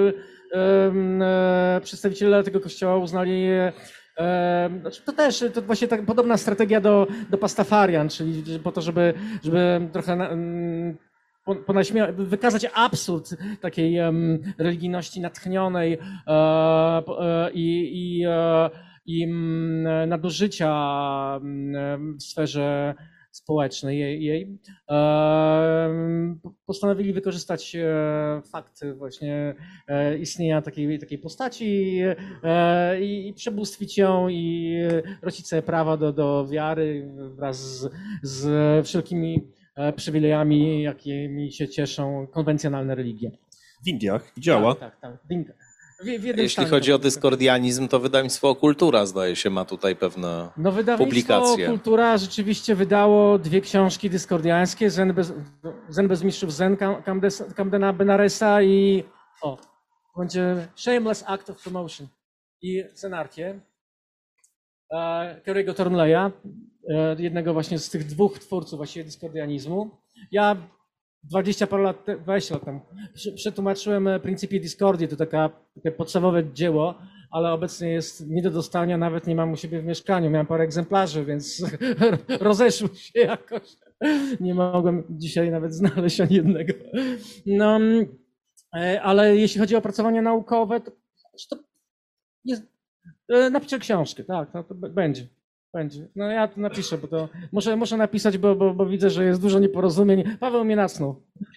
e, przedstawiciele tego kościoła uznali, to też to właśnie tak podobna strategia do, do Pastafarian, czyli po to, żeby, żeby trochę ponaśmia- wykazać absurd takiej um, religijności natchnionej e, e, i, i, e, i um, nadużycia um, w sferze społecznej jej, jej. E, postanowili wykorzystać e, fakt właśnie e, istnienia takiej, takiej postaci e, i przebóstwić ją i rościć sobie prawa do, do wiary wraz z, z wszelkimi e, przywilejami, jakimi się cieszą konwencjonalne religie. W Indiach działa. Tak, tak, tak. W, w Jeśli stanie chodzi o dyskordianizm, to wydawnictwo Kultura, zdaje się, ma tutaj pewne no, wydawnictwo publikacje. Kultura rzeczywiście wydało dwie książki dyskordiańskie, Zen bez, Zen bez mistrzów Zen, Camdena Benaresa i o, będzie Shameless Act of Promotion i Zenarchię e, Kerry'ego Thornleya, e, jednego właśnie z tych dwóch twórców właściwie dyskordianizmu. Ja dwadzieścia parę lat, dwadzieścia lat temu przetłumaczyłem Principia Discordii, to taka, takie podstawowe dzieło, ale obecnie jest nie do dostania, nawet nie mam u siebie w mieszkaniu. Miałem parę egzemplarzy, więc rozeszły się jakoś. Nie mogłem dzisiaj nawet znaleźć ani jednego. No, ale jeśli chodzi o opracowania naukowe, to, to jest, napiszę książkę, tak, to, to będzie. Będzie. No ja to napiszę, bo to muszę, muszę napisać, bo, bo, bo widzę, że jest dużo nieporozumień. Paweł mnie nacnął.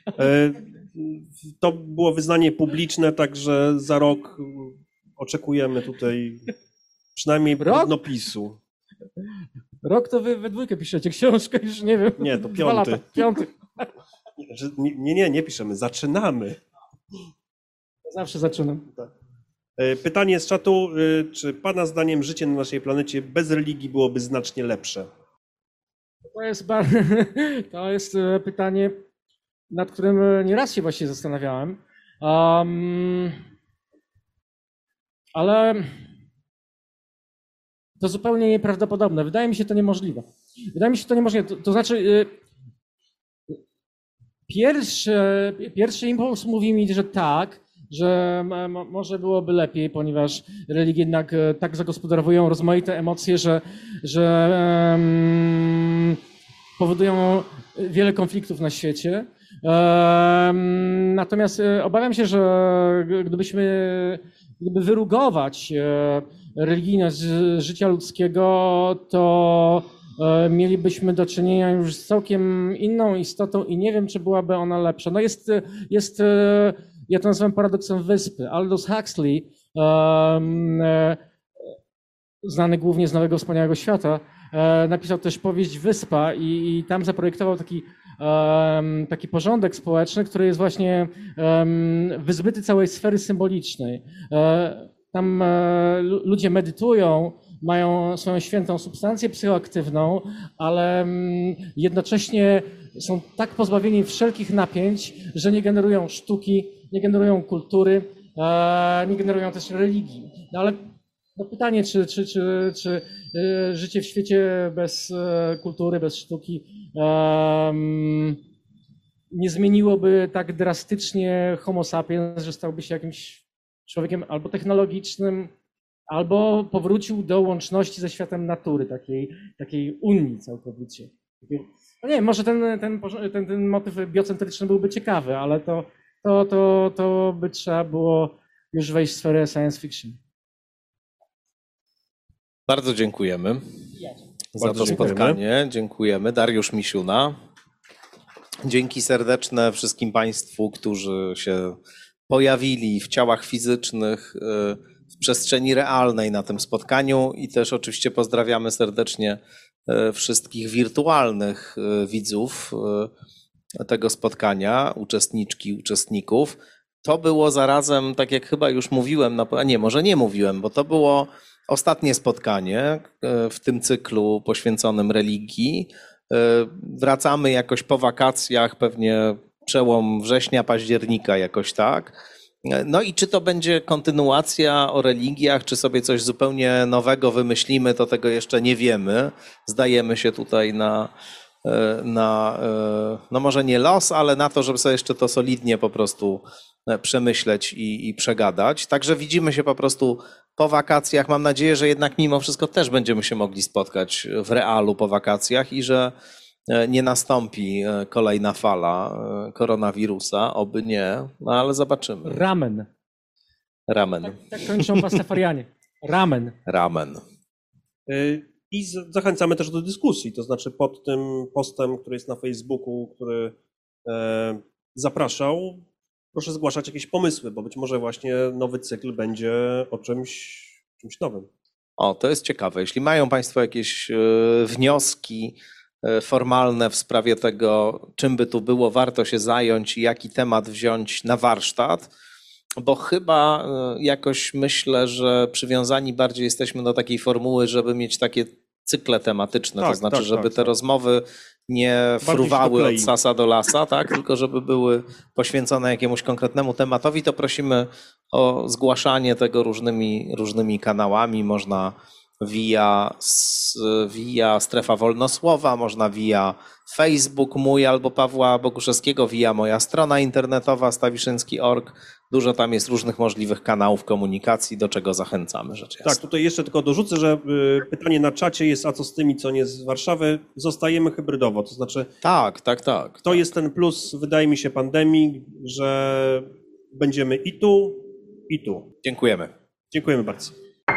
To było wyznanie publiczne, także za rok oczekujemy tutaj przynajmniej brudnopisu. Rok to wy we dwójkę piszecie książkę, już nie wiem. Nie, to Dwa piąty. lata. Piąty. Nie, nie, nie piszemy, zaczynamy. Zawsze zaczynam. Pytanie z czatu, czy Pana zdaniem życie na naszej planecie bez religii byłoby znacznie lepsze? To jest, bar... to jest pytanie, nad którym nieraz się właśnie zastanawiałem. Um, ale to zupełnie nieprawdopodobne. Wydaje mi się to niemożliwe. Wydaje mi się to niemożliwe. To, to znaczy, pierwszy, pierwszy impuls mówi mi, że tak, że może byłoby lepiej, ponieważ religie jednak tak zagospodarowują rozmaite emocje, że, że um, powodują wiele konfliktów na świecie. Um, natomiast obawiam się, że gdybyśmy, gdyby wyrugować religijność życia ludzkiego, to mielibyśmy do czynienia już z całkiem inną istotą i nie wiem, czy byłaby ona lepsza. No jest, jest ja to nazywam paradoksem wyspy. Aldous Huxley, um, znany głównie z Nowego Wspaniałego Świata, e, napisał też powieść Wyspa i, i tam zaprojektował taki, um, taki porządek społeczny, który jest właśnie um, wyzbyty całej sfery symbolicznej. E, tam e, ludzie medytują, mają swoją świętą substancję psychoaktywną, ale um, jednocześnie są tak pozbawieni wszelkich napięć, że nie generują sztuki, nie generują kultury, nie generują też religii. No ale no pytanie, czy, czy, czy, czy życie w świecie bez kultury, bez sztuki um, nie zmieniłoby tak drastycznie homo sapiens, że stałby się jakimś człowiekiem albo technologicznym, albo powrócił do łączności ze światem natury, takiej, takiej unii całkowicie. No nie, może ten, ten, ten, ten motyw biocentryczny byłby ciekawy, ale to, to, to, to by trzeba było już wejść w sferę science fiction. Bardzo dziękujemy za Bardzo to dziękujemy. spotkanie. Dziękujemy. Dariusz Misiuna. Dzięki serdeczne wszystkim Państwu, którzy się pojawili w ciałach fizycznych, w przestrzeni realnej na tym spotkaniu i też oczywiście pozdrawiamy serdecznie wszystkich wirtualnych widzów tego spotkania, uczestniczki, uczestników. To było zarazem, tak jak chyba już mówiłem, a nie, może nie mówiłem, bo to było ostatnie spotkanie w tym cyklu poświęconym religii. Wracamy jakoś po wakacjach, pewnie przełom września, października jakoś tak. No i czy to będzie kontynuacja o religiach, czy sobie coś zupełnie nowego wymyślimy, to tego jeszcze nie wiemy. Zdajemy się tutaj na, na no może nie los, ale na to, żeby sobie jeszcze to solidnie po prostu przemyśleć i, i przegadać. Także widzimy się po prostu po wakacjach. Mam nadzieję, że jednak mimo wszystko też będziemy się mogli spotkać w realu po wakacjach i że nie nastąpi kolejna fala koronawirusa, oby nie, no ale zobaczymy. Ramen. Ramen. Tak, tak kończą pastafarianie. Ramen. Ramen. I zachęcamy też do dyskusji, to znaczy pod tym postem, który jest na Facebooku, który zapraszał, proszę zgłaszać jakieś pomysły, bo być może właśnie nowy cykl będzie o czymś, czymś nowym. O, to jest ciekawe. Jeśli mają Państwo jakieś wnioski formalne w sprawie tego, czym by tu było warto się zająć i jaki temat wziąć na warsztat, bo chyba jakoś myślę, że przywiązani bardziej jesteśmy do takiej formuły, żeby mieć takie cykle tematyczne, tak, to znaczy, tak, żeby tak, te tak. rozmowy nie fruwały klei. od sasa do lasa, tak? Tylko żeby były poświęcone jakiemuś konkretnemu tematowi, to prosimy o zgłaszanie tego różnymi, różnymi kanałami. Można via, via Strefa Wolnosłowa, można via Facebook mój albo Pawła Boguszewskiego, via moja strona internetowa stawiszynski kropka org. Dużo tam jest różnych możliwych kanałów komunikacji, do czego zachęcamy, rzecz jasna. Tak, tutaj jeszcze tylko dorzucę, że pytanie na czacie jest, a co z tymi, co nie z Warszawy? Zostajemy hybrydowo, to znaczy Tak, tak, tak. to jest ten plus, wydaje mi się, pandemii, że będziemy i tu, i tu. Dziękujemy. Dziękujemy bardzo.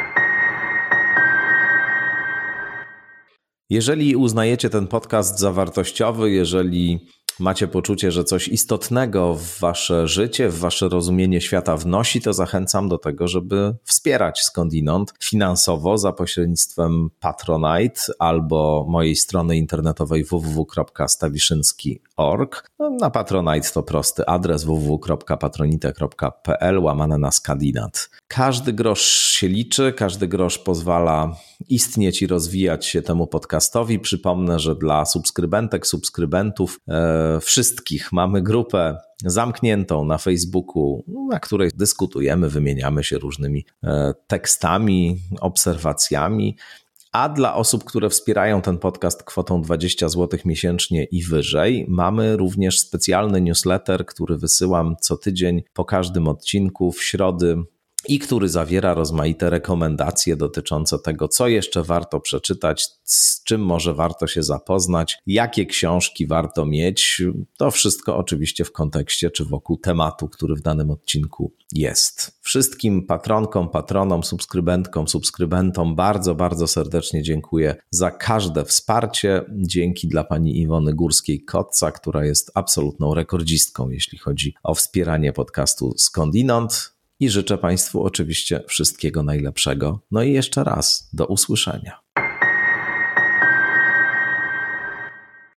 Jeżeli uznajecie ten podcast za wartościowy, jeżeli macie poczucie, że coś istotnego w wasze życie, w wasze rozumienie świata wnosi, to zachęcam do tego, żeby wspierać Skądinąd finansowo za pośrednictwem Patronite albo mojej strony internetowej w w w kropka stawiszynski kropka org. No, na Patronite to prosty adres w w w kropka patronite kropka p l łamane na Skandinat. Każdy grosz się liczy, każdy grosz pozwala istnieć i rozwijać się temu podcastowi. Przypomnę, że dla subskrybentek, subskrybentów e, wszystkich mamy grupę zamkniętą na Facebooku, na której dyskutujemy, wymieniamy się różnymi e, tekstami, obserwacjami. A dla osób, które wspierają ten podcast kwotą dwadzieścia złotych miesięcznie i wyżej, mamy również specjalny newsletter, który wysyłam co tydzień po każdym odcinku w środy i który zawiera rozmaite rekomendacje dotyczące tego, co jeszcze warto przeczytać, z czym może warto się zapoznać, jakie książki warto mieć. To wszystko oczywiście w kontekście czy wokół tematu, który w danym odcinku jest. Wszystkim patronkom, patronom, subskrybentkom, subskrybentom bardzo, bardzo serdecznie dziękuję za każde wsparcie. Dzięki dla pani Iwony Górskiej-Kotca, która jest absolutną rekordzistką, jeśli chodzi o wspieranie podcastu Skądinąd. I życzę Państwu oczywiście wszystkiego najlepszego. No i jeszcze raz do usłyszenia.